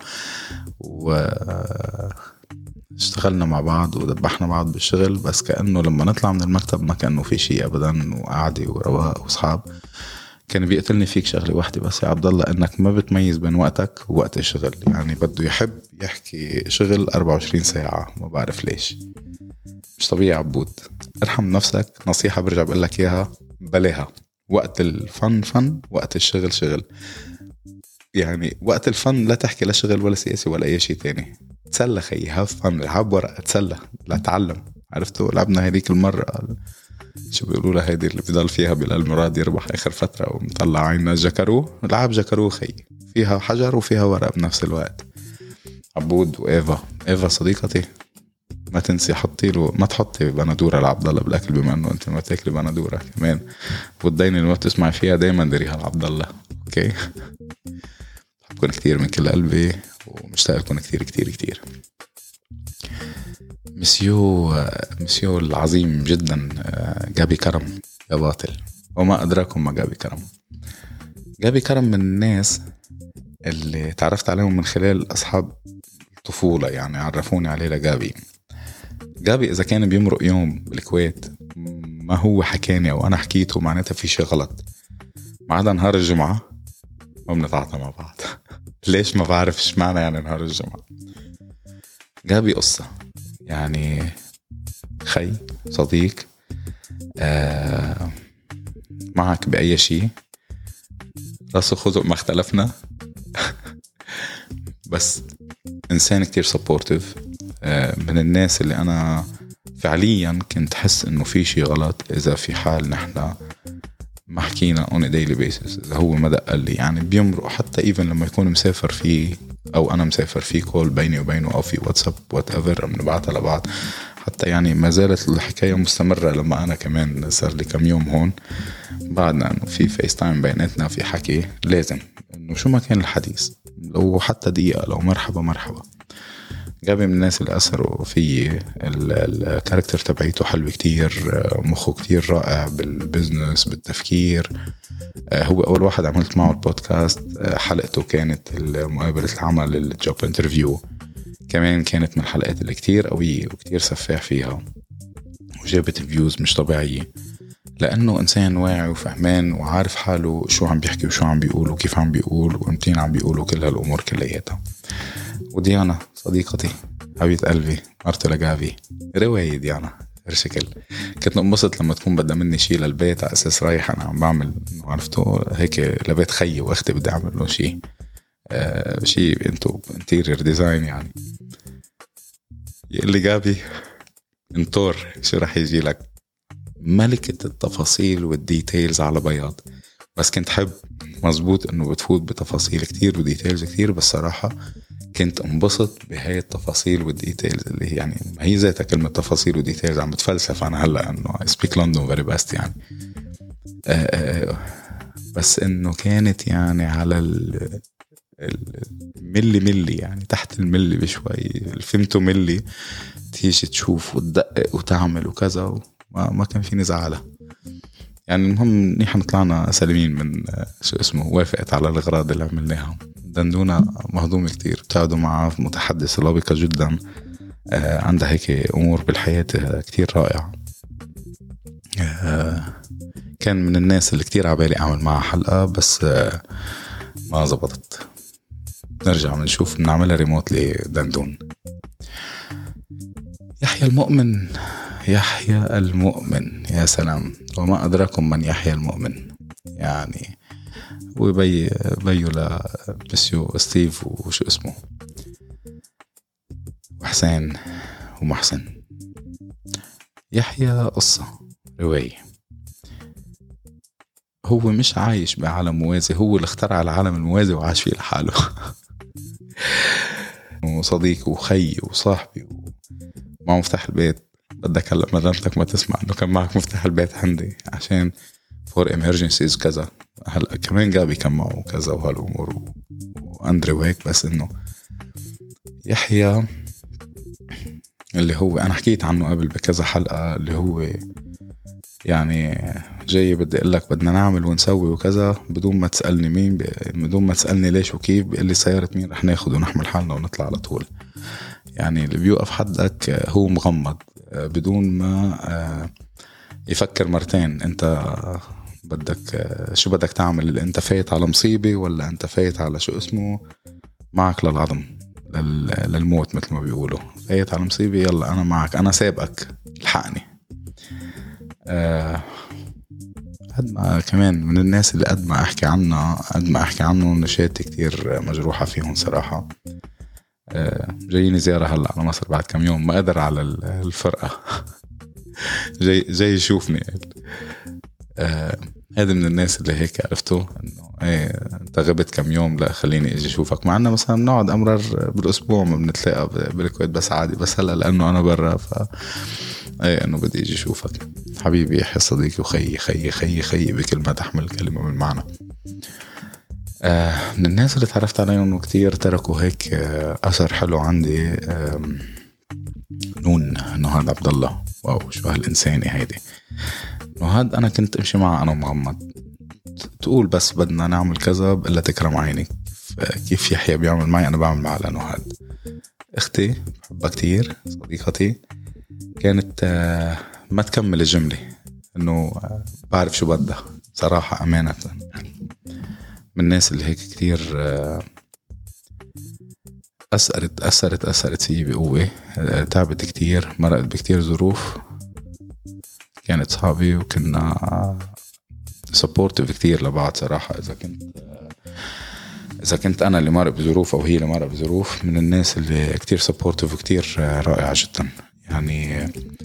واشتغلنا مع بعض ودبحنا بعض بالشغل، بس كأنه لما نطلع من المكتب ما كأنه في شيء ابدا، وقعدي ورواق واصحاب. كان بيقتلني فيك شغلة واحدة بس يا عبد الله، انك ما بتميز بين وقتك ووقت الشغل. يعني بده يحب يحكي شغل أربعة وعشرين ساعة، ما بعرف ليش، مش طبيعي. عبود ارحم نفسك، نصيحة برجع بقول لك اياها، بلاها. وقت الفن فن، وقت الشغل شغل. يعني وقت الفن لا تحكي لا شغل ولا سياسي ولا اي شيء تاني، تسلى خي، هاف فن، العب ورقة، تسلى، لا تعلم. عرفتوا لعبنا هذيك المرة شو بيقولوا لها، هيدي اللي بيضل فيها بلال مراد يربح آخر فترة ومطلع عينا جاكارو، لعب جاكارو خي، فيها حجر وفيها ورق بنفس الوقت. عبود وإيفا، إيفا صديقتي ما تنسي حطي له، ما تحطي بندورة لعبد الله بالأكل بما أنه أنت ما تاكلي بندورة كمان، والدين اللي ما تسمعي فيها دايما دريها لعبد الله. أوكي، بحبكم كتير من كل قلبي ومشتاق لكم كتير كتير كتير. مسيو مسيو العظيم جدا جابي كرم يا باطل، وما أدراكم ما جابي كرم. جابي كرم من الناس اللي تعرفت عليهم من خلال أصحاب الطفولة، يعني عرفوني عليه لجابي. جابي إذا كان بيمرق يوم بالكويت ما هو حكاني أو أنا حكيته معناتها في شيء غلط، ما عدا نهار الجمعة ما بنتعاطى مع بعض. ليش ما بعرفش معنى يعني نهار الجمعة. جابي قصة، يعني خي صديق آه معك بأي شيء، راسه خذوا ما اختلفنا. بس إنسان كتير سبورتيف، آه من الناس اللي أنا فعليا كنت حس إنه في شيء غلط إذا في حال نحن ما حكينا on a daily basis. إذا هو ما دق لي يعني بيمرق، حتى even لما يكون مسافر فيه أو أنا مسافر فيه كول بيني وبينه أو في واتساب whatever بنبعتها لبعض. حتى يعني ما زالت الحكاية مستمرة لما أنا كمان صار لي كم يوم هون بعدنا إنه في فيس تايم بيناتنا في حكي لازم إنه شو ما كان الحديث لو حتى دقيقة لو مرحبا مرحبا. جابي من الناس اللي أثروا في الكاركتر تبعيته حلو كتير مخه كتير رائع بالبزنس بالتفكير. هو أول واحد عملت معه البودكاست حلقته كانت مقابلة العمل الجوب انترفيو كمان كانت من الحلقات اللي كتير قوية وكتير سفاح فيها وجابت فيوز مش طبيعية لأنه إنسان واعي وفهمان وعارف حاله شو عم بيحكي وشو عم بيقول وكيف عم بيقول وامتين عم بيقول وكل هالأمور كلياتها. وديانا صديقتي حبيبة قلبي مرته لقافي رواية ديانا هالشكل كنت انبسط لما تكون بدها مني شيء للبيت على أساس رايح أنا عم بعمل عرفتوا هيك لبيت خيي وأختي بدي أعمل له شيء آه شيء انتو انتيرير ديزاين يعني اللي قابي انطور شو رح يجي لك ملكة التفاصيل والديتيلز على بياض. بس كنت حب مزبوط انه بتفوت بتفاصيل كتير وديتيلز كتير بس صراحة كنت انبسط بهاي التفاصيل والديتيلز اللي هي يعني هي ذاتها كلمة تفاصيل وديتيلز عم بتفلسف أنا هلأ انه I speak London very best يعني آه بس انه كانت يعني على ال الملي ملي يعني تحت الملي بشوي الفهمتو ملي تيجي تشوف وتدقق وتعمل وكذا وما ما كان في نزعلة يعني. المهم نحن طلعنا سالمين من شو اسمه وافقت على الأغراض اللي عملناها. دندونا مهضومة كتير بتقعدوا معه متحدثة لبقة جدا آه عندها هيك أمور بالحياة كتير رائعة آه كان من الناس اللي كتير عبالي أعمل معها حلقة بس آه ما زبطت. نرجع ونشوف نعملها ريموت لدندون. يحيى المؤمن يحيى المؤمن يا سلام وما أدراكم من يحيى المؤمن يعني وبي بيو لمسيو ستيف وشو اسمه وحسين ومحسن. يحيى قصة رواية هو مش عايش بعالم موازي هو اللي اخترع العالم الموازي وعاش فيه لحاله وصديقي وخي وصاحبي ومعه مفتاح البيت. بدك هلا مدامتك ما تسمع انه كان معك مفتاح البيت عندي عشان فور امرجنسيز كذا. هلا كمان جابي كان معه كذا وهالامور واندرو هيك. بس انه يحيى اللي هو انا حكيت عنه قبل بكذا حلقة اللي هو يعني جاي بدي اقول لك بدنا نعمل ونسوي وكذا بدون ما تسألني مين بدون ما تسألني ليش وكيف بيقول لي سيارة مين رح ناخد ونحمل حالنا ونطلع على طول. يعني اللي بيوقف حدك هو مغمض بدون ما يفكر مرتين انت بدك شو بدك تعمل اللي انت فايت على مصيبة ولا انت فايت على شو اسمه معك للعظم للموت مثل ما بيقولوا فايت على مصيبة يلا انا معك انا سابقك الحقني. أه قد ما كمان من الناس اللي قد ما احكي عنه قد ما احكي عنه نشاتي كتير مجروحة فيهم صراحة. أه جايين زيارة هلا على مصر بعد كم يوم ما قدر على الفرقة جاي جاي يشوفني أه هذا من الناس اللي هيك عرفتوا انه ايه انت غبت كم يوم لا خليني اجي اشوفك معنا مثلا نقعد امرر بالاسبوع ما بنتلاقى بالكويت بس عادي بس هلا لانه انا برا ف ايه انه بدي اجي اشوفك حبيبي يحيى صديقي وخي خي خي خي بكل ما تحمل كلمة من معنى. آه من الناس اللي تعرفت عليهم كتير تركوا هيك آه اثر حلو عندي آه نون نهاد عبد الله. واو شو هالإنساني هيدي نهاد. أنا كنت أمشي معه أنا ومحمد تقول بس بدنا نعمل كذا إلا تكرم عيني كيف يحيى بيعمل معي أنا بعمل معه لنهاد. أختي بحبها كتير صديقتي كانت ما تكمل الجملة إنه بعرف شو بدها صراحة أمانة من الناس اللي هيك كتير أثرت أثرت أثرت فيه بقوة. تعبت كتير مرقت بكتير ظروف كانت صعبة وكنا سبورتيف كتير لبعض صراحة. إذا كنت إذا كنت أنا اللي مرق بظروف أو هي اللي مرق بظروف من الناس اللي كتير سبورتيف وكتير رائعة جدا يعني.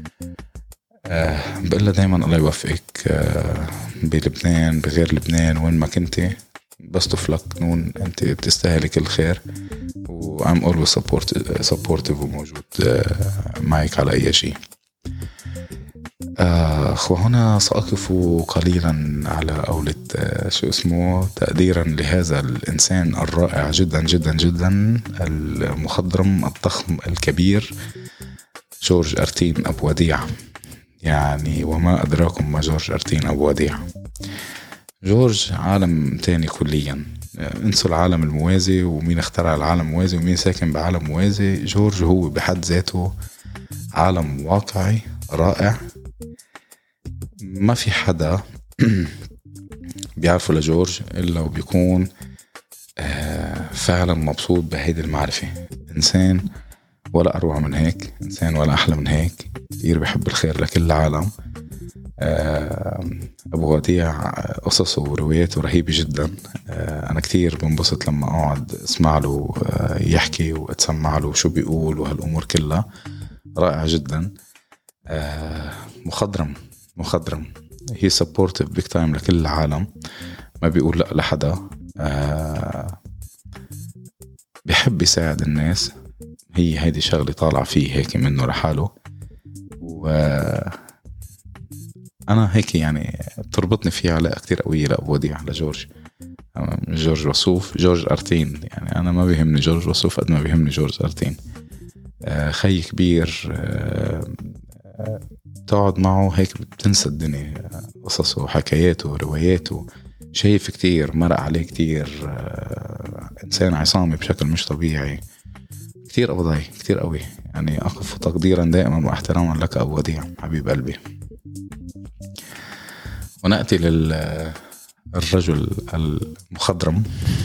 أه بقول دايما الله يوفقك أه بلبنان بغير لبنان وين ما كنتي بس تفلك نون أنت بتستاهلي كل خير و I'm always supportive وموجود معك على أي شيء. آه وهنا سأقف قليلا على أولة آه شو اسمه تقديرا لهذا الإنسان الرائع جدا جدا جدا، المخضرم الضخم الكبير جورج أرتين أبو وديع. يعني وما أدراكم ما جورج أرتين أبو وديع. جورج عالم تاني كليا، انسوا العالم الموازي ومين اخترع العالم الموازي ومين ساكن بعالم موازي. جورج هو بحد ذاته عالم واقعي رائع. ما في حدا بيعرفه لجورج إلا وبيكون فعلا مبسوط بهيدي المعرفة. إنسان ولا أروع من هيك، إنسان ولا أحلى من هيك، كتير بيحب الخير لكل العالم. أبو وديع قصصه ورواياته رهيبة جدا. أنا كتير بنبسط لما أقعد أسمع له يحكي وأتسمع له شو بيقول وهالأمور كلها رائع جدا. مخضرم مخضرم هي supportive big time لكل العالم، ما بيقول لا لحدا، بيحب يساعد الناس. هي هيدي شغلة طالع فيه هيك منه لحاله، وأنا هيك يعني بتربطني فيه علاقة كتير قوية لأبو وديع لجورج. جورج وصوف، جورج أرتين، يعني أنا ما بيهمني جورج وصوف قد ما بيهمني جورج أرتين. خي كبير تقعد معه هيك بتنسى الدنيا، قصصه وحكاياته ورواياته، شايف كتير، مرق عليه كتير، إنسان عصامي بشكل مش طبيعي، كتير قوي كتير قوي. يعني أقف تقديرا دائما واحتراما لك أبو وديع حبيب قلبي. ونأتي للرجل المخضرم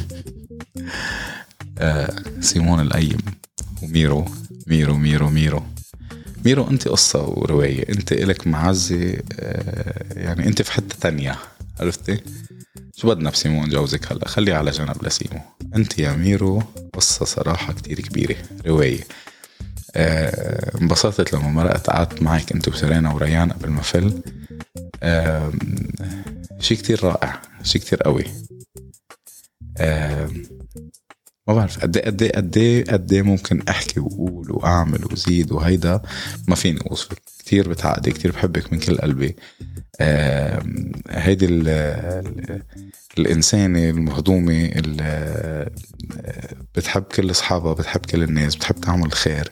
سيمون الأيم وميرو ميرو ميرو ميرو ميرو أنت قصة ورواية، أنت إلك معزة، يعني أنت في حتة تانية، عرفتي شو بدنا بسيمون جوزك هلا، خلي على جنب لسيمو. أنت يا ميرو قصة صراحة كتير كبيرة، رواية. انبسطت لما مرقت قعدت معك أنت وسرينا وريان قبل ما فل. شي كتير رائع، شي كتير قوي. ما بعرف قد قد قد قد ممكن احكي واقول واعمل وزيد، وهيدا ما فيني اوصفك. كتير بتعقدي، كتير بحبك من كل قلبي. هيدي ال ال الانسانه المهضومه اللي بتحب كل اصحابها، بتحب كل الناس، بتحب تعمل الخير.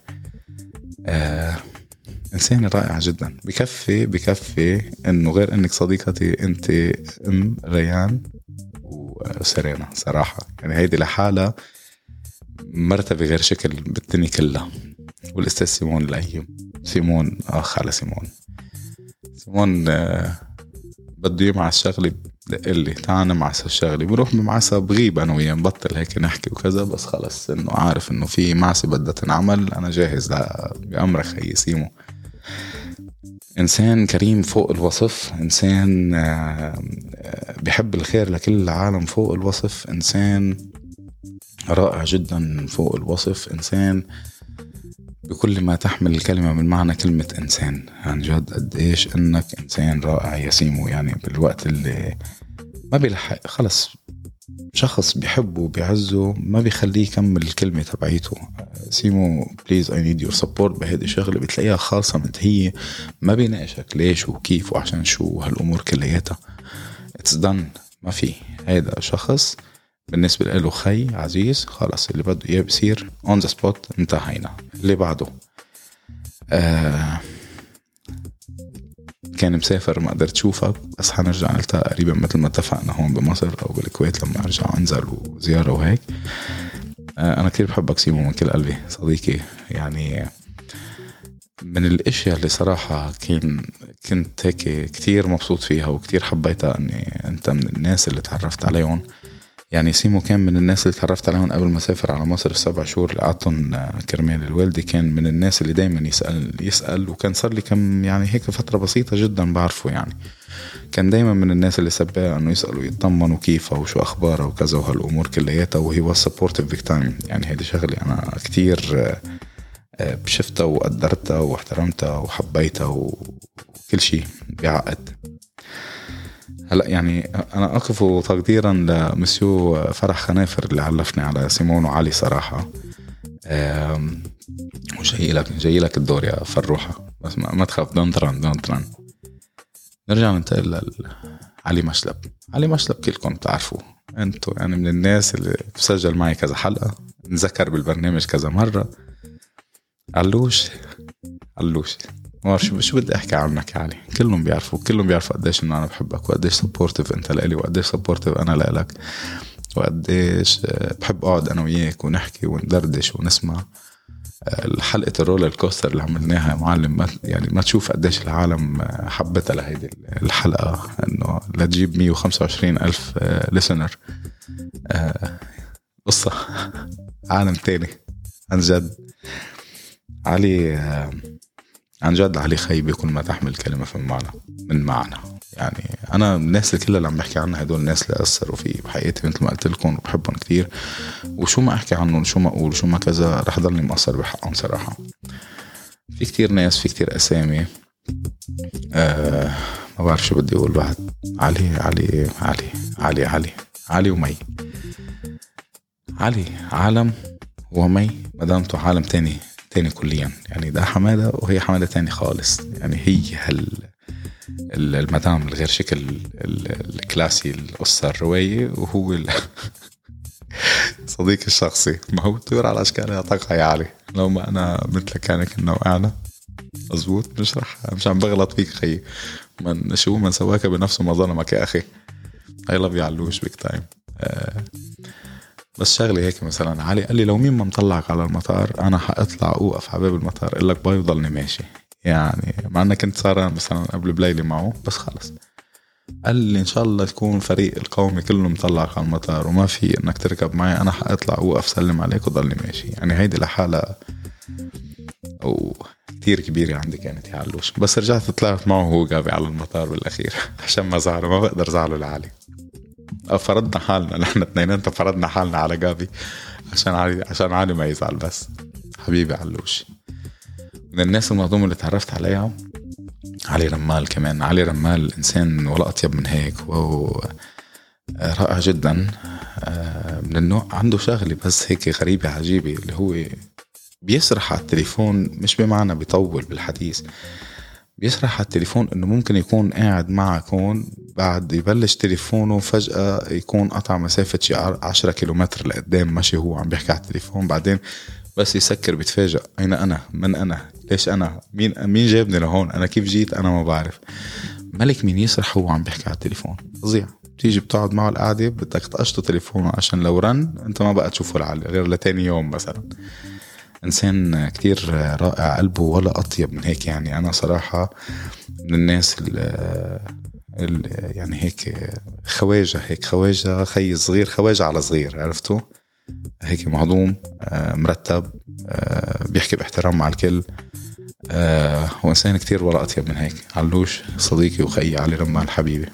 إنسانة رائعة جدا. بكفي بكفي إنه غير إنك صديقتي أنت أم ريان وسرينا صراحة، يعني هيدي لحالة مرتبة غير شكل بالدنيا كلها. والأستاذ سيمون الأيم، سيمون أخ على سيمون. سيمون آه بده يمع الشغلة اللي تعال مع الشغلة، بروح بمعسى بغيب أنا وياه، نبطل هيك نحكي وكذا، بس خلص إنه عارف إنه في معسى بدها تنعمل، أنا جاهز بأمرك خي سيمو. إنسان كريم فوق الوصف، إنسان بيحب الخير لكل العالم فوق الوصف، إنسان رائع جدا فوق الوصف، إنسان بكل ما تحمل الكلمة من معنى كلمة إنسان. عن جد قديش إنك إنسان رائع يا سيمو. يعني بالوقت اللي ما بيلحق خلص شخص بيحبه وبيعزه ما بيخليه يكمل الكلمة تبعيته. سيمو بليز I need your support بهذه الشغلة، بتلاقيها خالصة منتهية، ما بيناقشك ليش وكيف وعشان شو هالأمور كلياتها. it's done. ما في هيدا شخص بالنسبة له خي عزيز، خلاص اللي بده إياه بصير on the spot، انتهينا. اللي بعده آه كان مسافر ما قدرت شوفك، بس حنرجع نلتقى قريبا مثل ما اتفقنا هون بمصر أو بالكويت لما أرجع أنزل وزيارة وهيك. آه أنا كتير بحبك سيمو من كل قلبي صديقي. يعني من الاشياء اللي صراحة كان كنت هيك كتير مبسوط فيها وكتير حبيتها أني أنت من الناس اللي تعرفت عليهم. يعني سيمو كان من الناس اللي تعرفت عليهم قبل ما سافر على مصر السبع شهور اللي قعدتهم كرمال الوالدي. كان من الناس اللي دايما يسأل يسأل وكان صار لي كم يعني هيك فترة بسيطة جدا بعرفه. يعني كان دايما من الناس اللي سبقه انه يسألوا يطمنوا كيفه وشو اخباره وكذا وهالامور كلياتها، وهي was supportive big time. يعني هيدي شغلة انا كتير بشفتها وقدرتها واحترمتها وحبيتها وكل شيء بعقد. هلا يعني انا اقف تقديرا لمسيو فرح خنافر اللي علفني على سيمون وعلي صراحه. وجاي لك جاي لك الدور يا فروحه، بس ما تخاف، دون تران دون تران نرجع ننتقل لعلي مشلب. علي مشلب كلكم تعرفوه انتو، يعني من الناس اللي بسجل معي كذا حلقة، نذكر بالبرنامج كذا مرة. علوش علوش ما بعرف شو شو بدي احكي عنك يا علي. كلهم بيعرفوا كلهم بيعرفوا قديش انه انا بحبك، وقديش سبورتيف انت لإلي، وقديش سبورتيف انا لإلك، وقديش بحب اقعد انا وياك ونحكي وندردش ونسمع. الحلقة الرولر كوستر اللي عملناها يا معلم، ما يعني ما تشوف قديش العالم حبتها لهيدي الحلقة، انه لتجيب مية وخمسة وعشرين ألف ليسنر. قصة عالم تاني عن جد. علي عن جد علي خيبي كل ما تحمل كلمة في المعنى من معنى. يعني أنا الناس اللي كلها اللي عم بحكي عنها هدول الناس اللي أثروا في بحياتي مثل ما قلت لكم، وبحبهم كتير، وشو ما أحكي عنهم شو ما أقول شو ما كذا رح ضلني مقصر بحقهم صراحة. في كتير ناس، في كتير أسامي، آه ما بعرف شو بدي أقول بعد. علي علي علي علي علي علي ومي. علي عالم ومي مدامته عالم تاني تاني كليا. يعني ده حمادة وهي حمادة تاني خالص. يعني هي هال المدام الغير شكل الكلاسي القصة الرواية، وهو صديق الشخصي. ما هو طيور على أشكالها تقع يا علي. لو ما أنا مثلك كان كنا وقعنا مزبوط. مش رح مش عم بغلط فيك خي، من شو من سواك بنفسه ما ظلمك يا أخي. I love you علوش big time. آه بس شغلي هيك مثلا علي قال لي لو مين ما مطلعك على المطار أنا حأطلع أوقف على باب المطار أقول لك باي وضلني ماشي. يعني مع أنك كنت صار مثلا قبل بليلي معه بس خلص. قال لي إن شاء الله تكون فريق القومي كله مطلعك على المطار وما في إنك تركب معي، أنا حأطلع أوقف سلم عليك وضلني ماشي. يعني هيدي لحالة أو كتير كبيرة عندي كانت يا علوش. بس رجعت طلعت معه هو جابي على المطار بالأخير عشان ما زعله، ما بقدر زعله لعلي. فرضنا حالنا نحن اثنين، فرضنا حالنا على جابي عشان علي عشان علي ما يزعل. بس حبيبي علوش من الناس المهضومة اللي تعرفت عليها. علي رمال كمان. علي رمال إنسان ولا أطيب من هيك، وهو رائع جدا. من النوع عنده شغلة بس هيك غريبة عجيبة، اللي هو بيسرح على التليفون، مش بمعنى بيطول بالحديث، بيسرح على التليفون إنه ممكن يكون قاعد معكم بعد يبلش تليفونه فجأة يكون قطع مسافة شي عشرة كيلومتر لقدام ماشي هو عم بيحكي على التليفون. بعدين بس يسكر بيتفاجأ أين أنا، من أنا، ليش أنا، مين مين جابني لهون، أنا كيف جيت، أنا ما بعرف. ملك مين يسرح هو عم بيحكي على التليفون فظيع. بتيجي بتقعد معه القعدة بدك تقشطه تليفونه عشان لو رن أنت ما بقى تشوفه العالي غير لتاني يوم مثلا. إنسان كتير رائع، قلبه ولا أطيب من هيك. يعني أنا صراحة من الناس اللي يعني هيك خواجة، هيك خواجة خي صغير، خواجة على صغير، عرفتوا هيك مهضوم مرتب، بيحكي باحترام مع الكل. هو إنسان كتير ولا أطيب من هيك. علوش صديقي وخي علي رمال حبيبي.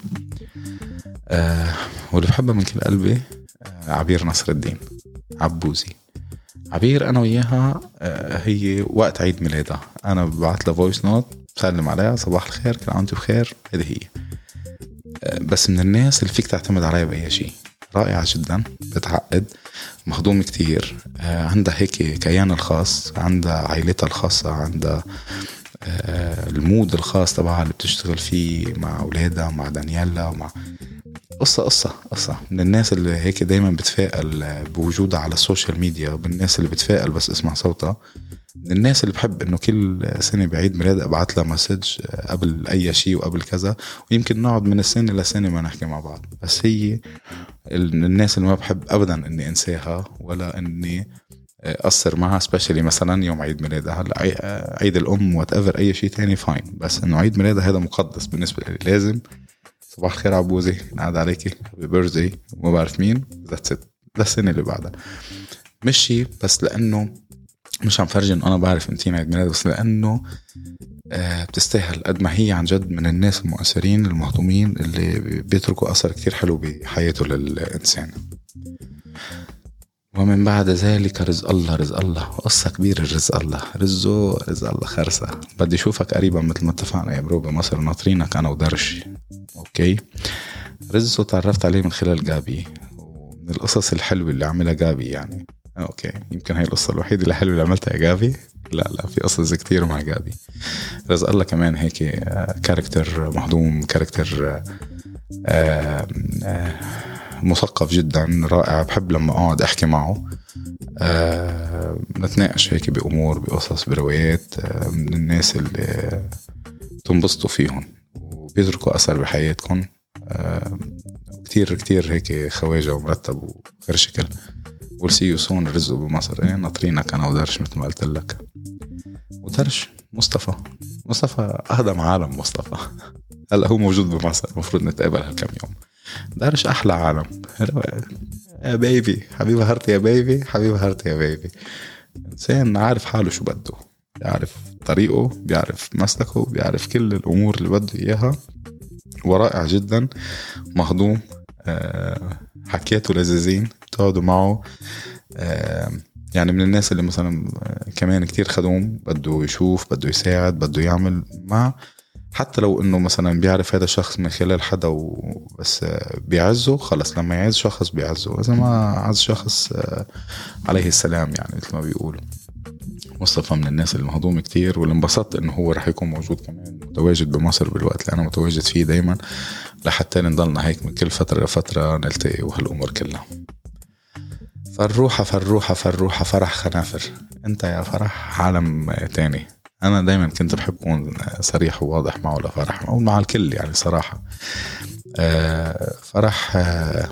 واللي بحبه من كل قلبي عبير نصر الدين عبوزي. عبير أنا وياها هي وقت عيد ميلادها أنا ببعث لها فويس نوت سلم عليها صباح الخير كل عام وانتم بخير. هذه هي. بس من الناس اللي فيك تعتمد عليها بأي شيء. رائعة جدا، بتعقد، مخدوم كتير، عندها هيك كيان الخاص، عندها عائلتها الخاصة، عندها المود الخاص تبعها اللي بتشتغل فيه مع أولادها مع دانييلا ومع قصة قصة قصة. من الناس اللي هيك دايما بتفائل بوجودها على السوشيال ميديا، بالناس اللي بتفائل بس اسمع صوتها. من الناس اللي بحب انه كل سنة بعيد ميلاد ابعت لها مسج قبل اي شيء وقبل كذا، ويمكن نقعد من السنة لسنة ما نحكي مع بعض. بس هي الناس اللي ما بحب ابدا اني انساها ولا اني اقصر معها، سبيشالي مثلا يوم عيد ميلادها. هلا عيد الام واتقفر اي شيء تاني فاين، بس انه عيد ميلادها هذا مقدس بالنسبة لي. لازم صباح الخير عبوزي، نعاد عليكي، هابي بيرثدي، وما بعرف مين، ذاتس ات. للسنة اللي بعدها مشي، بس لانه مش عم فرجي انه انا بعرف امتين عيد ميلاد، بس لانه آه بتستاهل. قد ما هي عن جد من الناس المؤثرين المهضومين اللي بيتركوا اثر كتير حلو بحياته للانسان. ومن بعد ذلك رزق الله رزق الله قصة كبيرة. رزق الله رزقه رزق الله خرسة. بدي اشوفك قريبا مثل ما اتفقنا يا برو بمصر، ناطرينك انا ودرش. اوكي. رزقه تعرفت عليه من خلال جابي، ومن القصص الحلوة اللي عملها جابي. يعني اوكي يمكن هاي القصة الوحيدة اللي حلوة اللي عملتها يا جابي. لا لا في قصص كتير مع جابي. رزق الله كمان هيك كاركتر مهضوم، كاركتر مثقف جدا رائع. بحب لما أقعد أحكي معه نتناقش هيك بأمور بقصص بروايات، من الناس اللي تنبسطوا فيهم وبيتركوا أثر بحياتكم. كتير كتير هيك خواجة ومرتب وغير شكل. we'll see you soon. رزقوا بمصر ايه ناطرينك أنا ودرش مثل ما قلت لك. ودرش مصطفى مصطفى أهدم عالم. مصطفى هلا هو موجود بمصر، مفروض نتقابل هالكم يوم. درش أحلى عالم يا بيبي، حبيبة هرتي يا بيبي، حبيبة هرتي يا بيبي. إنسان عارف حاله شو بده، بيعرف طريقه، بيعرف مسلكه، بيعرف كل الأمور اللي بده إياها، ورائع جدا مهضوم. أه حكياته لذيذين، تقعدوا معه. أه يعني من الناس اللي مثلا كمان كتير خدوم، بده يشوف، بده يساعد، بده يعمل مع، حتى لو انه مثلا بيعرف هذا الشخص من خلال حدا وبس بيعزه، خلص لما يعز شخص بيعزه، اذا ما عز شخص عليه السلام يعني مثل ما بيقولوا. مصطفى من الناس المهضوم كتير، واللي انبسطت انه هو رح يكون موجود كمان متواجد بمصر بالوقت اللي انا متواجد فيه دايما، لحتى نضلنا هيك من كل فترة لفترة نلتقي وهالامور كلها. فالروحة فالروحة فالروحة فرح خنافر. انت يا فرح عالم تاني. انا دايما كنت بحب اكون صريح وواضح معه لفرح، او مع الكل يعني صراحة. أه فرح أه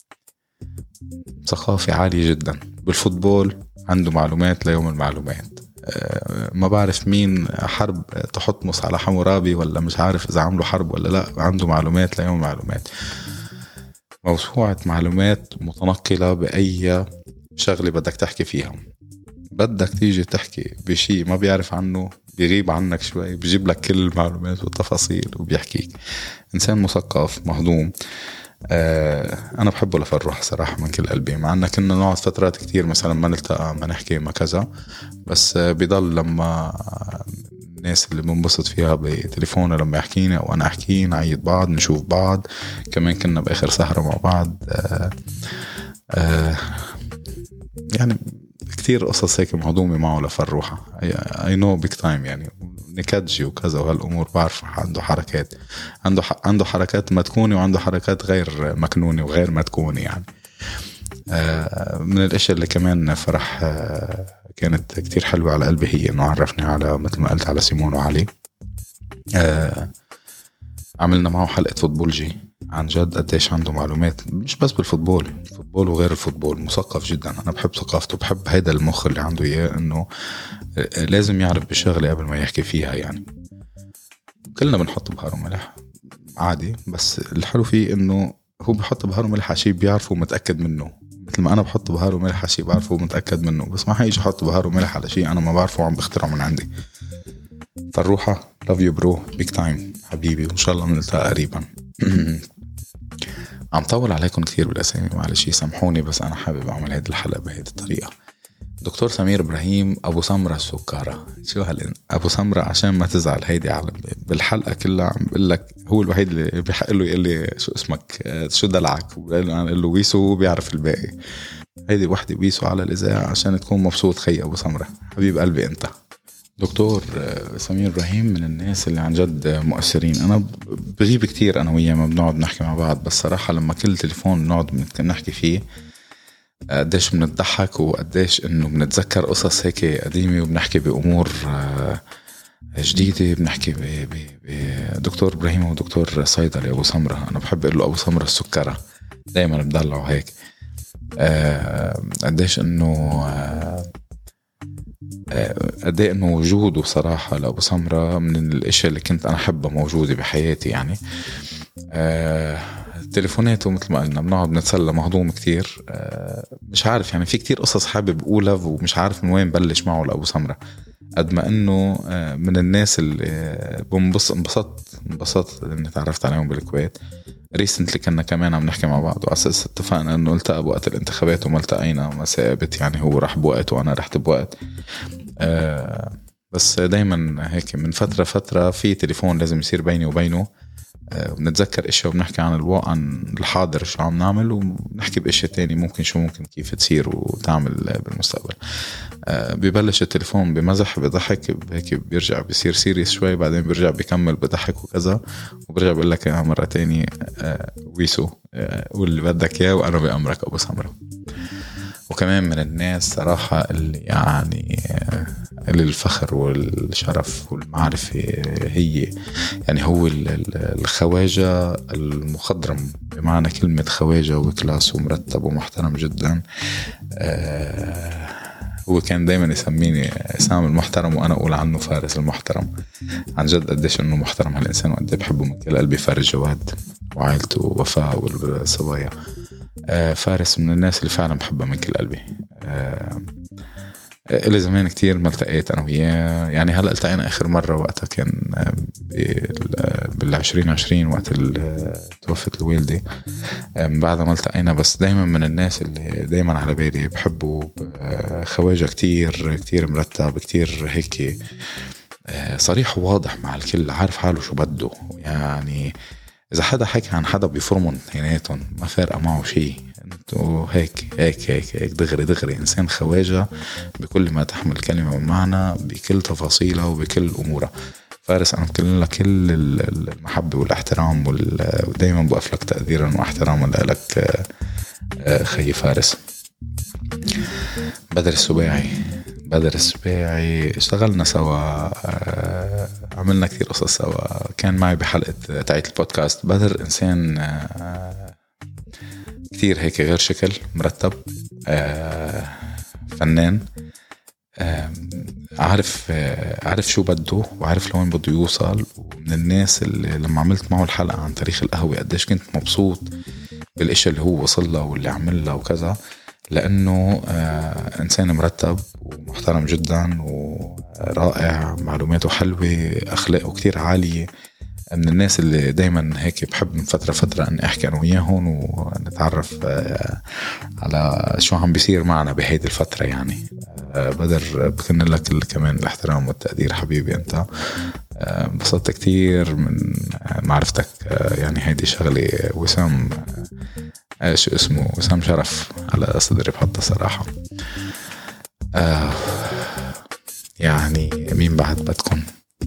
ثقافي عالي جدا بالفوتبول، عنده معلومات ليوم المعلومات. أه ما بعرف مين حرب تحطمس على حمورابي ولا مش عارف اذا عملوا حرب ولا لا، عنده معلومات ليوم المعلومات. موسوعة معلومات متنقلة بأي شغلة بدك تحكي فيها. بدك تيجي تحكي بشيء ما بيعرف عنه، بيغيب عنك شوي، بيجيب لك كل المعلومات والتفاصيل وبيحكيك. إنسان مثقف مهضوم. آه أنا بحبه لفرح صراحة من كل قلبي، مع أننا كنا نقعد فترات كتير مثلا ما نلتقى ما نحكي ما كذا، بس آه بيضل لما الناس اللي بنبسط فيها بتليفونه لما يحكينا وأنا أحكي نعيد بعض، نشوف بعض. كمان كنا بآخر سهرة مع بعض. آه آه يعني كتير قصص هيك مهضومة معه لفروحة. I know big time يعني نكدجي وكذا وهالأمور. بعرف عنده حركات، عنده ح... عنده حركات متكونة وعنده حركات غير مكنونة وغير متكونة يعني. آه من الاشياء اللي كمان فرح آه كانت كتير حلوة على قلبي هي انه عرفني على مثل ما قلت على سيمون وعلي. آه عملنا معه حلقة فوتبولجي. عن جد قديش عنده معلومات مش بس بالفوتبول، الفوتبول وغير الفوتبول. مثقف جدا. أنا بحب ثقافته، بحب هيدا المخ اللي عنده إياه، إنه لازم يعرف بشغلة قبل ما يحكي فيها يعني. كلنا بنحط بهار وملح عادي، بس الحلو فيه إنه هو بحط بهار وملح عشي بيعرفه ومتأكد منه، مثل ما أنا بحط بهار وملح عشي بعرفه ومتأكد منه. بس ما حيجي أحط بهار وملح على شيء أنا ما بعرفه وعم بخترعه من عندي. فالروحة love you bro big time حبيبي، وإن شاء الله نلتقى قريبا. عم طول عليكم كثير بالأسامي، معلش سامحوني، بس أنا حابب أعمل هيدي الحلقة بهيدي الطريقة. دكتور سمير إبراهيم أبو سمرة السكارة. شو هالين أبو سمرة عشان ما تزعل، هيدي على بالحلقة كلها عم بقول لك هو الوحيد اللي بيحق له يقول لي شو اسمك شو دلعك، وقال له أنا له ويسو بيعرف الباقي. هيدي وحدة ويسو على الإذاعة عشان تكون مبسوط. خي أبو سمرة حبيب قلبي أنت. دكتور سمير إبراهيم من الناس اللي عن جد مؤثرين. أنا بغيب كتير أنا وياه ما بنقعد نحكي مع بعض، بس صراحة لما كل تليفون بنقعد نحكي فيه قديش بنضحك وقديش إنه بنتذكر قصص هيك قديمة، وبنحكي بأمور جديدة. بنحكي بدكتور إبراهيم ودكتور صيدلي أبو سمرة. أنا بحب أقول له أبو سمرة السكرة، دايما بدلعه هيك. قديش إنه قد ايه انه وجوده صراحة لأبو سمرة من الاشياء اللي كنت انا احبها موجودة بحياتي يعني. آه تليفوناته مثل ما قلنا بنقعد نتسلى مهضوم كتير. آه مش عارف يعني في كتير قصص حابب اقولها ومش عارف من وين بلش معه لأبو سمرة. قد ما انه آه من الناس اللي بنبسط انبسطت انبسطت اني تعرفت عليهم بالكويت. ريسنتلي كنا كمان عم نحكي مع بعض، وأساس اتفقنا انه التقى بوقت الانتخابات وما التقينا ما ثابت يعني. هو راح بوقت وانا رحت بوقت. آه بس دايما هيك من فترة فترة في تليفون لازم يصير بيني وبينه. بنتذكر اشياء وبنحكي عن الواقع، عن الحاضر شو عم نعمل، وبنحكي باشياء تاني ممكن شو ممكن كيف تصير وتعمل بالمستقبل. ببلش التليفون بمزح بضحك هيك، بيرجع بيصير سيريس شوي، بعدين بيرجع بيكمل بضحك وكذا، وبرجع بقول لك مرة تاني ويسو واللي بدك اياه وانا بأمرك ابو سمرة. وكمان من الناس صراحة اللي يعني اللي الفخر والشرف والمعرفة هي يعني هو الخواجة المخضرم بمعنى كلمة خواجة، وكلاس ومرتب ومحترم جدا. هو كان دايما يسميني سام المحترم، وأنا أقول عنه فارس المحترم. عن جد قديش أنه محترم هالإنسان، وقد بحبه من كل قلبي. فارس جواد وعائلته ووفاء والصبايا. فارس من الناس اللي فعلا بحبها من كل قلبي. إلى زمان كتير ما التقيت أنا وياه، يعني هلأ التقينا آخر مرة وقتها كان بالعشرين عشرين وقت توفت الوالدة. بعد ما التقينا، بس دايما من الناس اللي دايما على بالي بحبه. خواجة كتير كتير مرتب، كتير هيك صريح وواضح مع الكل، عارف حاله شو بده. يعني إذا حدا حكي عن حدا بيفرمون هيناتهم ما فارقة معه شيء، انتو هيك هيك هيك هيك دغري دغري. إنسان خواجة بكل ما تحمل كلمة ومعنى، بكل تفاصيلها وبكل أمورها. فارس أنا بكل لك كل المحبة والاحترام، ودايما بوقف لك تقديرا واحتراما لك خي فارس. بدر السباعي بدر السباعي اشتغلنا سوا، عملنا كتير قصص سوا. كان معي بحلقة تاعت البودكاست. بدر إنسان كتير هيك غير شكل، مرتب، فنان، عارف عارف شو بده وعارف لوين بده يوصل. ومن الناس اللي لما عملت معه الحلقة عن تاريخ القهوة قديش كنت مبسوط بالاشياء اللي هو وصل له واللي عملها وكذا، لأنه آه إنسان مرتب ومحترم جدا ورائع، معلوماته حلوة، أخلاقه كتير عالية. من الناس اللي دايما هيك بحب من فترة فترة أن أحكي أنا وياهم ونتعرف آه على شو عم بيصير معنا بهيدي الفترة. يعني آه بدر بكن لك كمان الاحترام والتقدير حبيبي أنت. انبسطت آه كتير من معرفتك. آه يعني هيدي شغلة. وسام آه شو اسمه وسام شرف على صدري بحطة صراحة. آه يعني مين بعد بدكم؟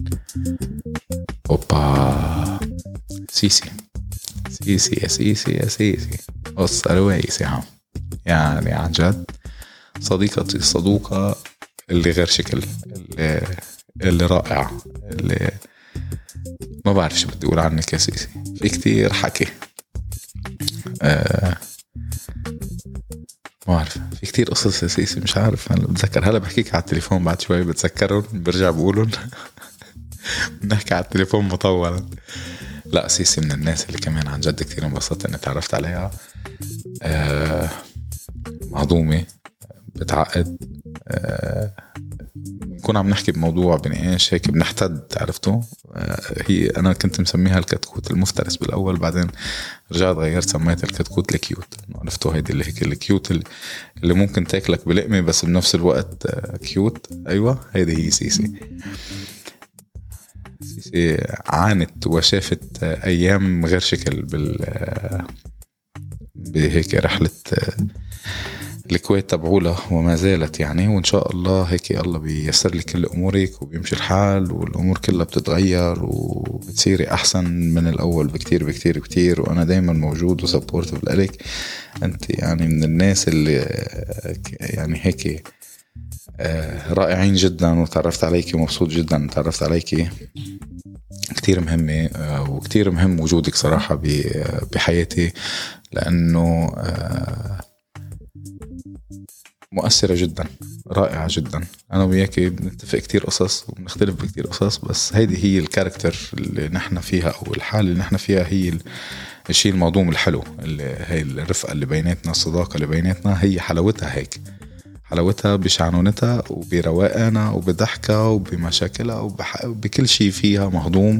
أوبا سيسي سيسي يا سيسي يا سيسي قص رويسي عم. يعني عن جد صديقتي الصدوقة اللي غير شكل، اللي, اللي رائع، اللي ما بعرف شو بدي أقول عنك يا سيسي. في كتير حكي، آه ما أعرف، في كتير قصص يا سيسي مش عارف. هلا بتذكر، هلا بحكيك على التليفون بعد شوي بتذكرهم برجع بقولهم. بنحكي على التليفون مطولا. لا سيسي من الناس اللي كمان عن جد كتير انبسطت اني تعرفت عليها. آه معظومة بتعقد، آه نكون عم نحكي بموضوع بنقاش هيك بنحتد، عرفتوا. آه هي أنا كنت مسميها الكتكوت المفترس بالأول، بعدين رجعت غيرت سميتها الكتكوت الكيوت. عرفتوا هيدي اللي هيك الكيوت اللي ممكن تاكلك بلقمة بس بنفس الوقت آه كيوت. أيوة هيدي هي سيسي. سيسي عانت وشافت أيام غير شكل بال بهيك رحلة الكويت تبعولها وما زالت يعني. وإن شاء الله هيك الله بيسر لك كل أمورك وبيمشي الحال والأمور كلها بتتغير وبتصيري أحسن من الأول بكتير بكتير بكتير. وأنا دايما موجود وسبورتيف لك. أنت يعني من الناس اللي يعني هيك رائعين جدا، وتعرفت عليكي ومبسوط جدا تعرفت عليكي. كتير مهمة وكتير مهم وجودك صراحة بحياتي، لأنه مؤثرة جدا، رائعة جدا. أنا وياكي بنتفق كتير قصص وبنختلف بكتير قصص، بس هيدي هي الكاركتر اللي نحن فيها، أو الحالة اللي نحن فيها هي الشيء الموضوع الحلو، اللي هي الرفقة اللي بيناتنا، الصداقة اللي بيناتنا، هي حلاوتها هيك. حلاوتها بشعنونتها وبرواقنا وبضحكها وبمشاكلها وبكل شيء فيها مهضوم.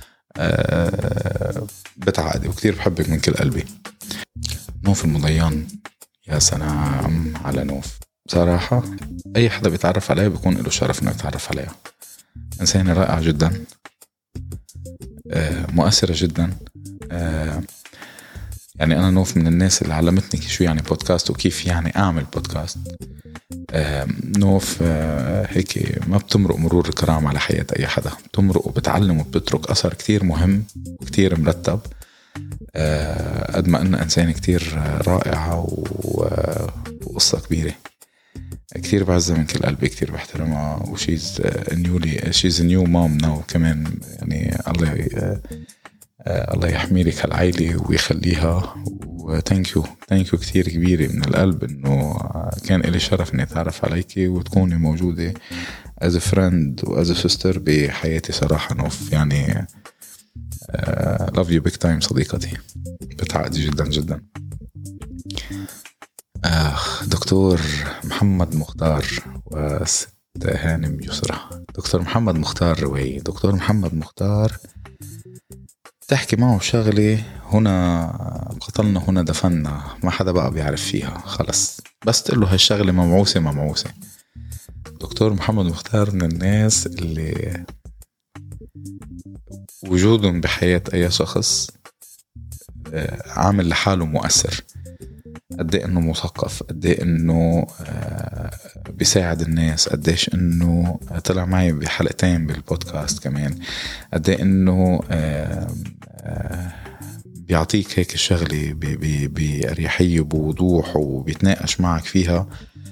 أه بتعقدي وكتير بحبك من كل قلبي. نوف المضيان، يا سلام على نوف بصراحة. أي حدا بيتعرف عليها بيكون له شرف إنه يتعرف عليها. إنسانة رائعة جدا، أه مؤثرة جدا، آه يعني أنا نوف من الناس اللي علمتني شو يعني بودكاست وكيف يعني أعمل بودكاست. آه نوف آه هيك ما بتمرق مرور الكرام على حياة أي حدا، بتمرق وبتعلم وبتترك أثر كتير مهم وكتير مرتب. آه قد ما أنه إنسان كتير رائعة وقصة كبيرة، كتير بعزها من كل قلبي، كتير بحترمها، وشيز نيولي شيز نيو مام ناو كمان. يعني الله الله يحمي لك هالعائلة ويخليها، وثانك يو ثانك يو كتير كبيرة من القلب إنه كان إلي شرف إني أتعرف عليكي وتكوني موجودة as a friend و as a sister بحياتي صراحة. نوف يعني uh, love you big time صديقتي، بتعقدي جدا جدا. آخ دكتور محمد مختار وست هانم يسرى. دكتور محمد مختار روي. دكتور محمد مختار تحكي معه شغلة هنا قتلنا هنا دفننا، ما حدا بقى بيعرف فيها خلص، بس تقول له هالشغلة ممعوسة ممعوسة. دكتور محمد مختار من الناس اللي وجودهم بحياة أي شخص عامل لحاله مؤثر. قد ايه انه مثقف، قد ايه انه بيساعد الناس، قديش انه طلع معي بحلقتين بالبودكاست كمان، قد ايه انه بيعطيك هيك الشغلة بأريحية بوضوح وبيتناقش معك فيها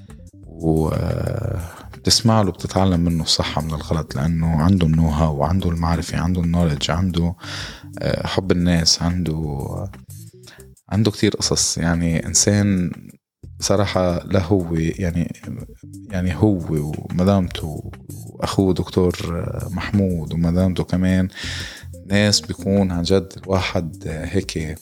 وبتسمع له بتتعلم منه الصحة من الغلط، لأنه عنده النوها وعنده المعرفة، عنده النولج، عنده حب الناس، عنده عنده كتير قصص. يعني إنسان صراحة له هو يعني يعني هو ومدامته وأخوه دكتور محمود ومدامته كمان ناس بيكون عن جد الواحد هيك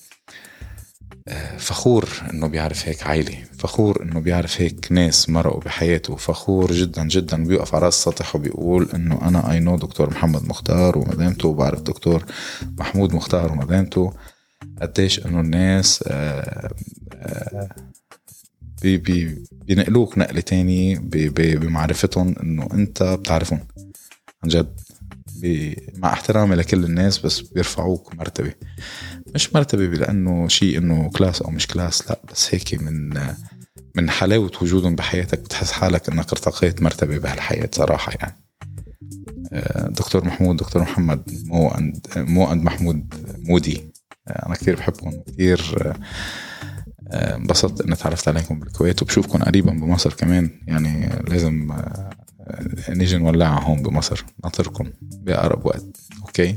فخور إنه بيعرف هيك عائلة، فخور إنه بيعرف هيك ناس مرقوا بحياته، فخور جدا جدا. بيوقف على راس السطح وبيقول إنه أنا أي نو دكتور محمد مختار ومدامته، وبعرف دكتور محمود مختار ومدامته. قديش انه الناس آآ آآ بي بي بينقلوك نقلة تاني بمعرفتهم انه انت بتعرفهم عن جد، مع احترامي لكل الناس، بس بيرفعوك مرتبة، مش مرتبة لانه شيء انه كلاس او مش كلاس، لا بس هيك من من حلاوة وجودهم بحياتك بتحس حالك انك ارتقيت مرتبة بهالحياة صراحة. يعني دكتور محمود دكتور محمد مو عند مو عند محمود مودي، أنا كتير بحبكم، كتير انبسطت إني تعرفت عليكم بالكويت وبشوفكم قريبا بمصر كمان. يعني لازم نيجي نولعها هون بمصر، نطركم بأقرب وقت. أوكي.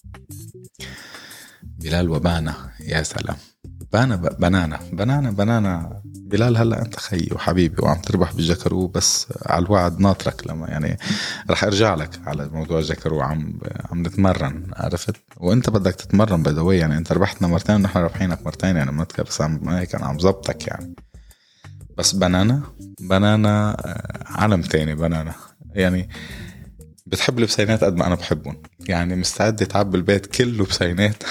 بلال وبانا، يا سلام، بانا بنانا بنانا بنانا بلال. هلأ أنت خيي وحبيبي وعم تربح بالجكرو، بس على الوعد ناطرك لما يعني رح أرجع لك على موضوع الجكرو. عم عم نتمرن، عرفت؟ وأنت بدك تتمرن بدوي. يعني أنت ربحتنا مرتين ونحن ربحينك مرتين، يعني ما تكبس عم هيك أنا عم زبطك يعني. بس بنانا بنانا عالم تاني. بنانا يعني بتحب البسينات قد ما أنا بحبهم، يعني مستعد تعبي البيت كله بسينات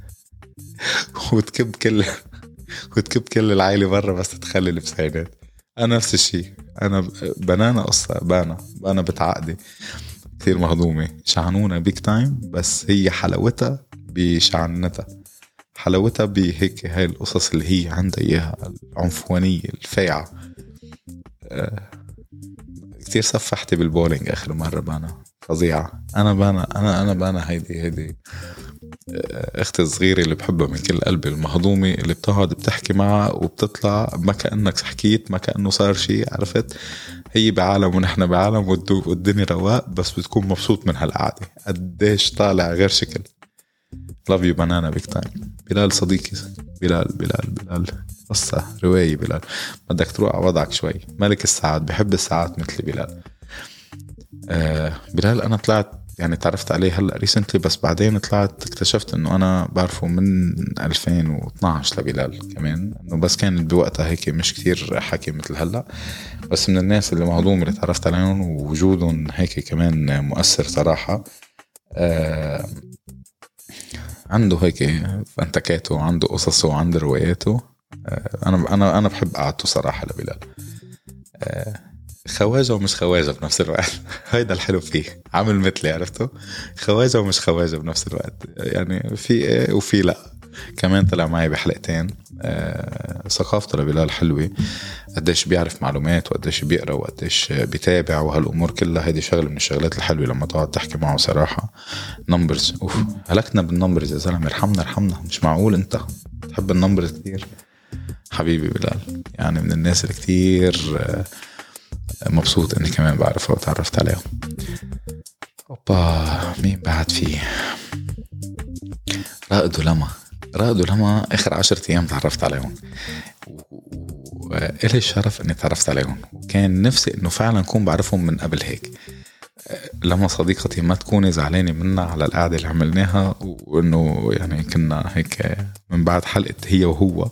وتكب كل وتكب كل العائلة برا بس تتخلي البسينات. أنا نفس الشيء، أنا بنانا قصة بانا بانا بتعقدي كثير مهضومة، شعنونة بيك تايم، بس هي حلاوتها بشعنتها، حلاوتها بهيك هاي القصص اللي هي عندها إياها، العنفوانية الفايعة. أه كتير صفحتي بالبولينج آخر مرة بانا فظيعة. أنا بانا أنا أنا بانا هيدي هيدي اختي الصغيرة اللي بحبها من كل قلبي، المهضومة اللي بتقعد بتحكي معها وبتطلع ما كأنك حكيت، ما كأنه صار شيء، عرفت؟ هي بعالم ونحن بعالم والدنيا رواق، بس بتكون مبسوط من هالقعدة. قديش طالع غير شكل. love you banana big time. بلال صديقي، بلال بلال بلال قصة رواية. بلال بدك تروح على وضعك شوي، ملك الساعات، بحب الساعات مثل بلال. آه بلال أنا طلعت يعني تعرفت عليه هلأ ريسنتلي، بس بعدين طلعت اكتشفت انه انا بعرفه من ألفين واثناشر لبلال كمان، انه بس كان بوقتها هيك مش كتير حكي مثل هلأ، بس من الناس اللي مهضوم اللي تعرفت عليهم ووجودهم هيك كمان مؤثر صراحة. آه عنده هيك فانتكاته وعنده قصصه وعنده رواياته. آه انا انا انا بحب قعدته صراحة لبلال. آه خواجة ومش خواجة بنفس الوقت. هيدا الحلو فيه، عامل مثلي، عرفته؟ خواجة ومش خواجة بنفس الوقت، يعني في ايه وفي لا. كمان طلع معي بحلقتين. آه ثقافته لبلال حلوة، قديش بيعرف معلومات وقديش بيقرأ وقديش بيتابع، وهالأمور كلها هيدي شغل من الشغلات الحلوة لما تقعد تحكي معه صراحة. نمبرز أوف هلكنا بالنمبرز يا زلمة، ارحمنا ارحمنا، مش معقول أنت تحب النمبرز كتير. حبيبي بلال، يعني من الناس اللي كتير مبسوط اني كمان بعرفه وتعرفت عليهم. اوبا مين بعد فيه؟ رائد ولما رائد ولما اخر عشرة ايام تعرفت عليهم، وإلي الشرف اني تعرفت عليهم، وكان نفسي انه فعلا اكون بعرفهم من قبل هيك. لما صديقتي ما تكوني زعلانة منا على القعدة اللي عملناها، وانه يعني كنا هيك من بعد حلقة هي وهو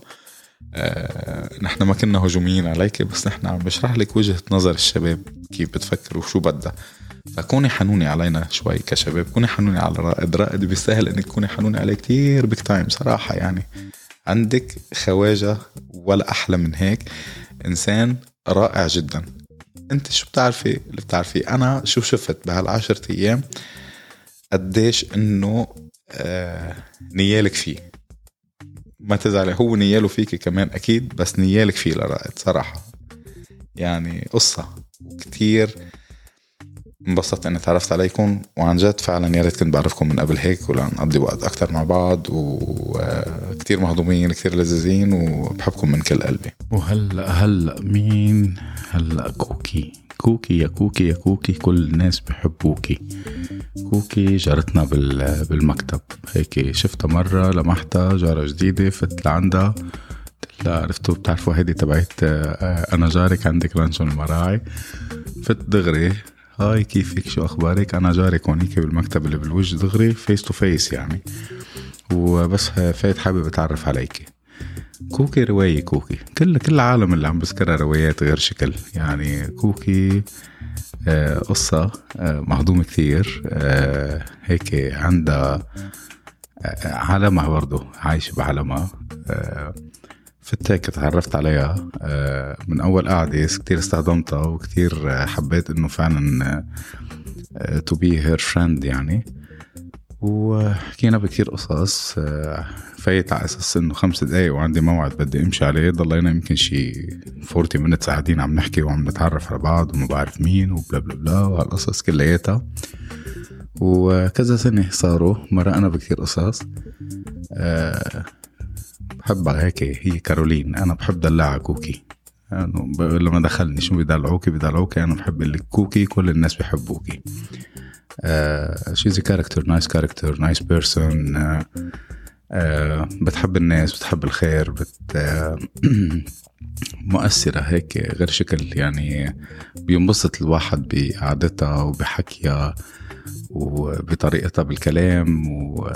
آه، نحن ما كنا هجوميين عليك، بس نحن عم بشرح لك وجهة نظر الشباب كيف بتفكر وشو بدها. فكوني حنوني علينا شوي كشباب، كوني حنوني على رائد. رائد بيستاهل انك تكوني حنوني عليه كتير بيك تايم صراحة. يعني عندك خواجة ولا احلى من هيك، انسان رائع جدا. انت شو بتعرفي اللي بتعرفي؟ انا شو شفت بهالعشرة ايام قديش انه آه نيالك فيه. ما تزعلي، هو نياله فيك كمان أكيد، بس نيالك فيه لرائد صراحة. يعني قصة وكتير انبسطت أني تعرفت عليكم، وعن جد فعلا يا ريت كنت بعرفكم من قبل هيك، ولا نقضي وقت أكتر مع بعض. وكتير مهضومين، كتير لذيذين، وبحبكم من كل قلبي. وهلأ هلأ مين؟ هلأ كوكي كوكي يا كوكي يا كوكي، كل الناس بيحبوكي. كوكي جارتنا بالمكتب هيك، شفتها مرة لمحتها، جارة جديدة، فت لعندها لا عرفتوا بتعرفوا هيدي تبعت أنا جارك عندك لانشون المراعي. فت دغري هاي كيفك شو أخبارك، أنا جارك هونيك بالمكتب اللي بالوجه دغري فيس تو فيس يعني، وبس فايت حابب أتعرف عليكي. كوكي رواية، كوكي كل كل العالم اللي عم بذكرها روايات غير شكل. يعني كوكي آه قصة آه مهضوم كثير آه هيك، عندها آه عالمها برضو، عايشة بعالمها. آه فتاك تعرفت عليها آه من أول قعدة، كتير استخدمتها وكتير آه حبيت إنه فعلا آه to be her friend يعني. وحكينا بكتير قصص. آه فايت على أساس إنه خمس دقايق وعندي موعد بدي أمشي عليه، ضلينا يمكن شي أربعين minutes قاعدين عم نحكي وعم نتعرف على بعض وما بعرف مين وبلا بلا بلا وهالقصص كلياتها. وكذا سنة صاروا مرة أنا بكتير قصص. أه بحبها هيك، هي كارولين. أنا بحب دلعها كوكي، يعني لما دخلني شو بيدلعوكي بيدلعوكي، أنا بحب اللي كوكي كل الناس بيحبوكي. Uh, she's a character, nice character, nice person. uh, uh, بتحب الناس، بتحب الخير، بت uh, مؤثرة هيك غير شكل. يعني بينبسط الواحد بقعدتها وبحكيها وبطريقتها بالكلام. و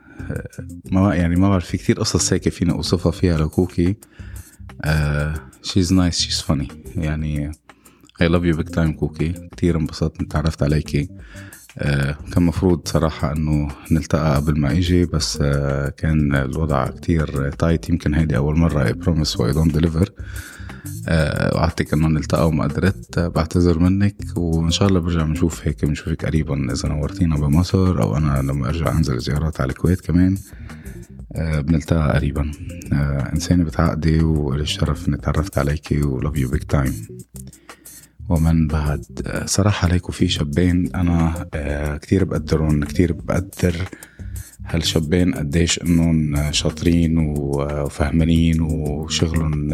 ما يعني ما بعرف، في كتير قصص هيك فينا أوصفها فيها لكوكي. uh, she's nice, she's funny. يعني I love you big time كوكي. كتير انبسطت انت تعرفت عليكي. آه كان مفروض صراحة أنه نلتقى قبل ما إيجي، بس آه كان الوضع كتير تايت. يمكن هيدي أول مرة I promise و I don't deliver. آه وعدتك أنه نلتقى وما قدرت، بعتذر منك. وإن شاء الله برجع نشوف هيك، بنشوفك قريبا إذا نورتينا بمصر، أو أنا لما أرجع أنزل زيارات على الكويت كمان آه بنلتقى قريبا. آه إنساني بتعقدي، والشرف إني تعرفت عليكي، و love you big time. ومن بعد صراحة عليكم في شابين أنا كتير بقدرون، كتير بقدر هالشابين قديش إنهم شاطرين وفهمانين وشغلهم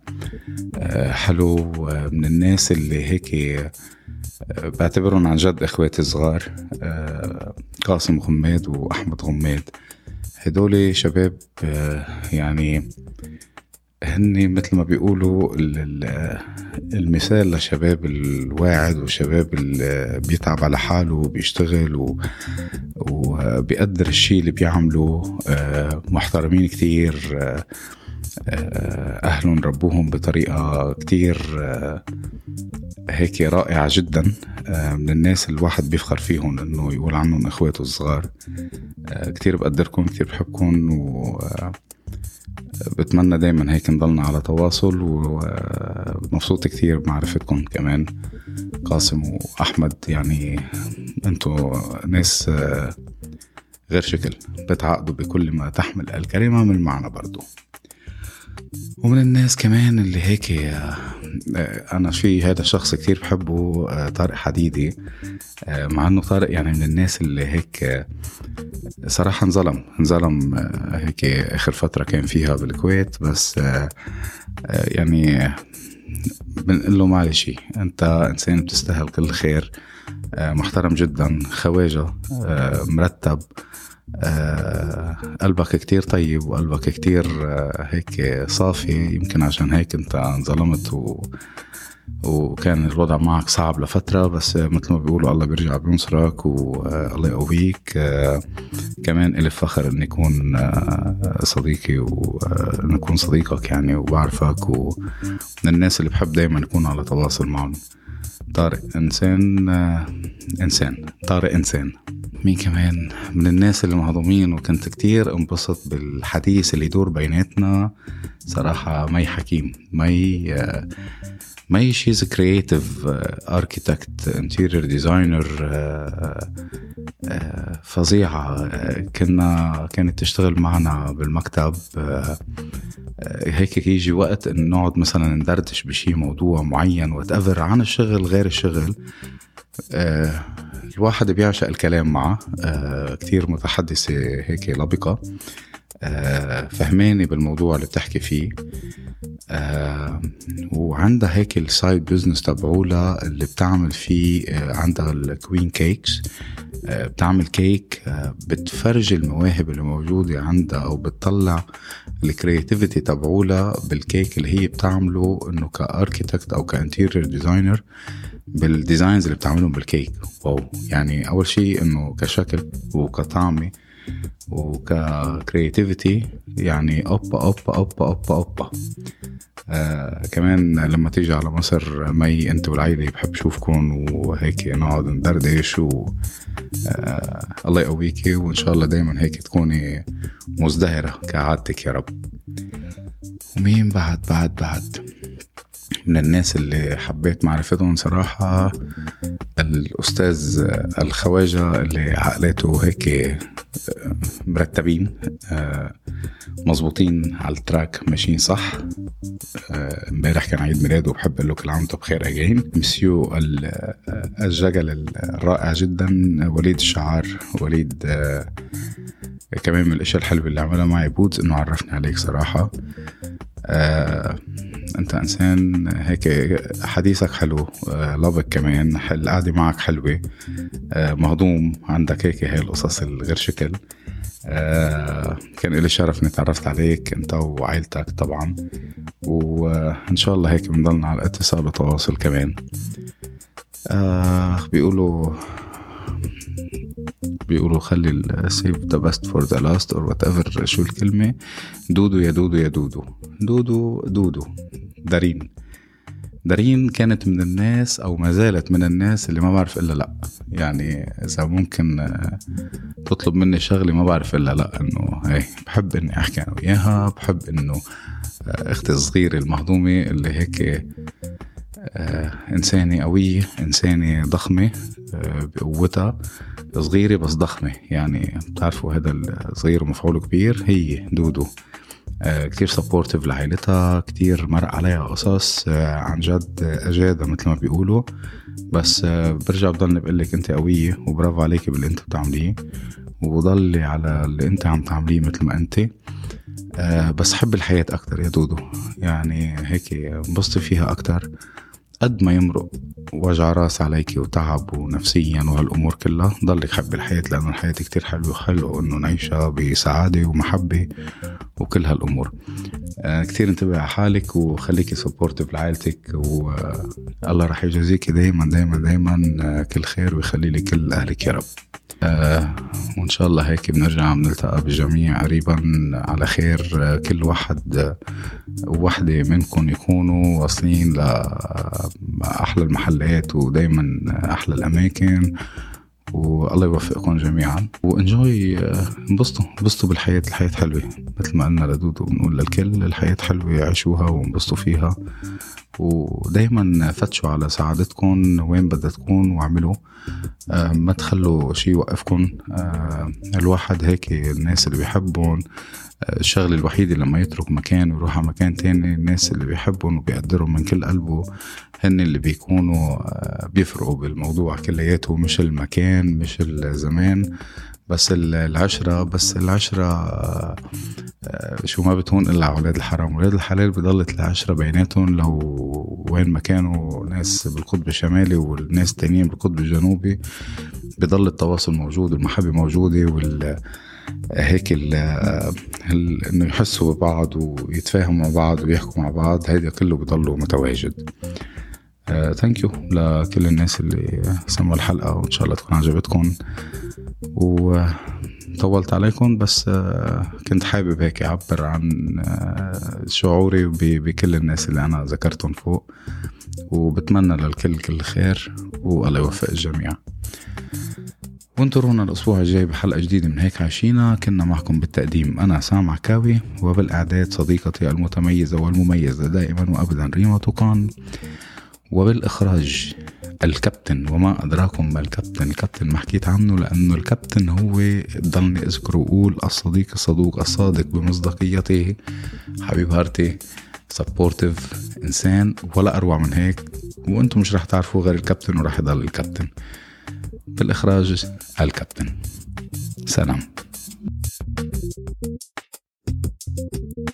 حلو. من الناس اللي هيك بعتبرهم عن جد إخواتي الصغار، قاسم غماد وأحمد غماد. هدولي شباب يعني هني مثل ما بيقولوا المثال لشباب الواعد، وشباب اللي بيتعب على حاله وبيشتغل وبيقدر الشيء اللي بيعمله. محترمين كتير، أهلهم ربوهم بطريقة كتير هيك رائعة جدا. من الناس الواحد بيفخر فيهم إنه يقول عنهم إخواته الصغار. كتير بقدركم، كتير بحبكم، و بتمنى دايما هيك نضلنا على تواصل. ومبسوط كثير بمعرفتكم كمان قاسم وأحمد. يعني أنتوا ناس غير شكل، بتعقده بكل ما تحمل الكلمة من معنى برضو. ومن الناس كمان اللي هيك أنا في هذا الشخص كتير بحبه، طارق حديدي. مع أنه طارق يعني من الناس اللي هيك صراحة انظلم انظلم هيك آخر فترة كان فيها بالكويت، بس يعني بنقول له معلش، أنت إنسان بتستاهل كل خير، محترم جدا، خواجة، مرتب، أه قلبك كتير طيب وقلبك كتير أه هيك صافي. يمكن عشان هيك انت انظلمت و... وكان الوضع معك صعب لفترة، بس مثل ما بيقولوا الله بيرجع بينصرك والله يقويك. أه كمان إلي فخر ان يكون أه صديقي وان يكون صديقك يعني، وبعرفك ومن الناس اللي بحب دايما يكون على تواصل معهم. طارق إنسان أه إنسان طارق إنسان. مين كمان من الناس اللي مهضومين وكنت كتير انبسط بالحديث اللي يدور بيناتنا صراحة، مي حكيم. مي مي she's a creative architect, interior designer فظيعة. كنا كانت تشتغل معنا بالمكتب، هيك يجي وقت إن نقعد مثلا ندردش بشي موضوع معين وتأثر عن الشغل غير الشغل. الواحد بيعشق الكلام معه، آه كتير متحدثة هيك لبقة، آه فهماني بالموضوع اللي بتحكي فيه، آه وعندها هيك السايد بيزنس تبعولها اللي بتعمل فيه، آه عندها الكوين كيكس، آه بتعمل كيك، آه بتفرج المواهب اللي موجودة عندها أو بتطلع الكرياتيفيتي تبعولها بالكيك اللي هي بتعمله، إنه كأركيتكت أو كأنتيريور ديزاينر بالديزاينز اللي بتعملهم بالكيك. واو، يعني أول شيء إنه كشكل وكطعمي وككرياتيفيتي يعني أوبا أوبا أوبا أوبا أوبا. آه كمان لما تيجي على مصر مي، أنت والعائلة بحب شوفكم وهيك نقعد ندردش و آه الله يقويكي، وإن شاء الله دايما هيك تكوني مزدهرة كعادتك يا رب. ومين بعد بعد بعد من الناس اللي حبيت معرفتهم صراحة، الأستاذ الخواجة اللي عقلاته هيك مرتبين، مظبوطين على التراك، ماشيين صح. امبارح كان عيد ميلاده وبحب أقول له كل عام وانتم بخير أجين. مسيو الججل الرائع جدا، وليد الشعار. وليد كمان من الاشياء الحلوة اللي عملها معي بودز انه عرفني عليك صراحة. آه، انت انسان هيك حديثك حلو، آه، لابك كمان، القعدة معك حلوة، آه، مهضوم، عندك هيك هاي القصص الغير شكل. آه، كان إلي شرف اني تعرفت عليك انت وعائلتك طبعا، وان شاء الله هيك بنضلنا على اتصال وتواصل كمان. آه، بيقولوا بيقولوا خلي ال save the best for the last or whatever. شو الكلمة؟ دودو يا دودو يا دودو دودو دودو دارين. دارين كانت من الناس أو ما زالت من الناس اللي ما بعرف إلا لأ. يعني إذا ممكن تطلب مني شغلي ما بعرف إلا لأ، إنه هاي بحب إني أحكي أنا وياها، بحب إنه أختي الصغيرة المهضومة اللي هيك آه إنسانة قوية، إنسانة ضخمة، آه بقوتها، صغيرة بس ضخمة. يعني بتعرفوا هذا الصغير مفعوله كبير. هي دودو آه كتير سبورتيف لعائلتها، كتير مرق عليها قصص آه عن جد أجادة مثل ما بيقولوا. بس آه برجع بضلني بقلك أنت قوية وبرافو عليك باللي أنت بتعمليه، وضلي على اللي أنت عم تعمليه مثل ما أنت. آه بس حب الحياة أكتر يا دودو، يعني هيك انبسطي فيها أكتر. قد ما يمرق وجع راس عليك وتعب ونفسيا وهالأمور كلها، ضلك حب الحياة، لأنه الحياة كتير حلوة وحلوة إنه نعيشها بسعادة ومحبة وكل هالأمور. آه كتير انتبه على حالك وخليكي سبورتيف لعائلتك، والله رح يجازيك دايما دايما دايما كل خير ويخلي لك كل أهلك يا رب. آه وإن شاء الله هيك بنرجع بنلتقى بالجميع قريبا على خير. آه كل واحد وواحدة منكم يكونوا واصلين لأحلى المحلات ودايما أحلى الأماكن، والله يوفقكم جميعا. وانجوي، انبسطوا انبسطوا بالحياة. الحياة حلوة مثل ما قلنا لدودو، بنقول للكل الحياة حلوة، عيشوها وانبسطوا فيها ودايما فتشوا على سعادتكم وين بدها تكون واعملوا، آه ما تخلوا شيء يوقفكم. آه الواحد هيك الناس اللي بيحبون، آه الشغل الوحيد لما يترك مكان ويروح على مكان تاني، الناس اللي بيحبون وبيقدروا من كل قلبه هن اللي بيكونوا آه بيفرقوا بالموضوع كلياته، مش المكان مش الزمان بس العشرة. بس العشرة شو ما بتهون إلا أولاد الحرام. ولاد الحلال بضلت العشرة بيناتهم، لو وين ما كانوا ناس بالقطب الشمالي والناس التانيين بالقطب الجنوبي بضل التواصل موجود والمحبة موجودة، وال هيك ال ال إنه يحسوا ببعض ويتفاهموا مع بعض ويحكوا مع بعض، هيدا كله بضله متواجد. ثانك uh, يو لكل الناس اللي سمعوا الحلقة، وإن شاء الله تكون عجبتكم. وطولت عليكم بس كنت حابب هيك أعبر عن شعوري بكل الناس اللي أنا ذكرتهم فوق، وبتمنى للكل كل خير والله يوفق الجميع. وانترونا الأسبوع الجاي بحلقة جديدة من هيك عايشينا. كنا معكم بالتقديم أنا سام عكاوي، وبالإعداد صديقتي المتميزة والمميزة دائما وأبدا ريما طوقان، وبالإخراج الكابتن. وما أدراكم ما الكابتن؟ الكابتن ما حكيت عنه لأنه الكابتن هو ضلني أذكر وقول الصديق الصدوق الصادق بمصداقيته، حبيب هارتي، سبورتيف إنسان، ولا أروع من هيك. وأنتم مش رح تعرفوا غير الكابتن ورح يضل الكابتن. بالإخراج الكابتن. سلام.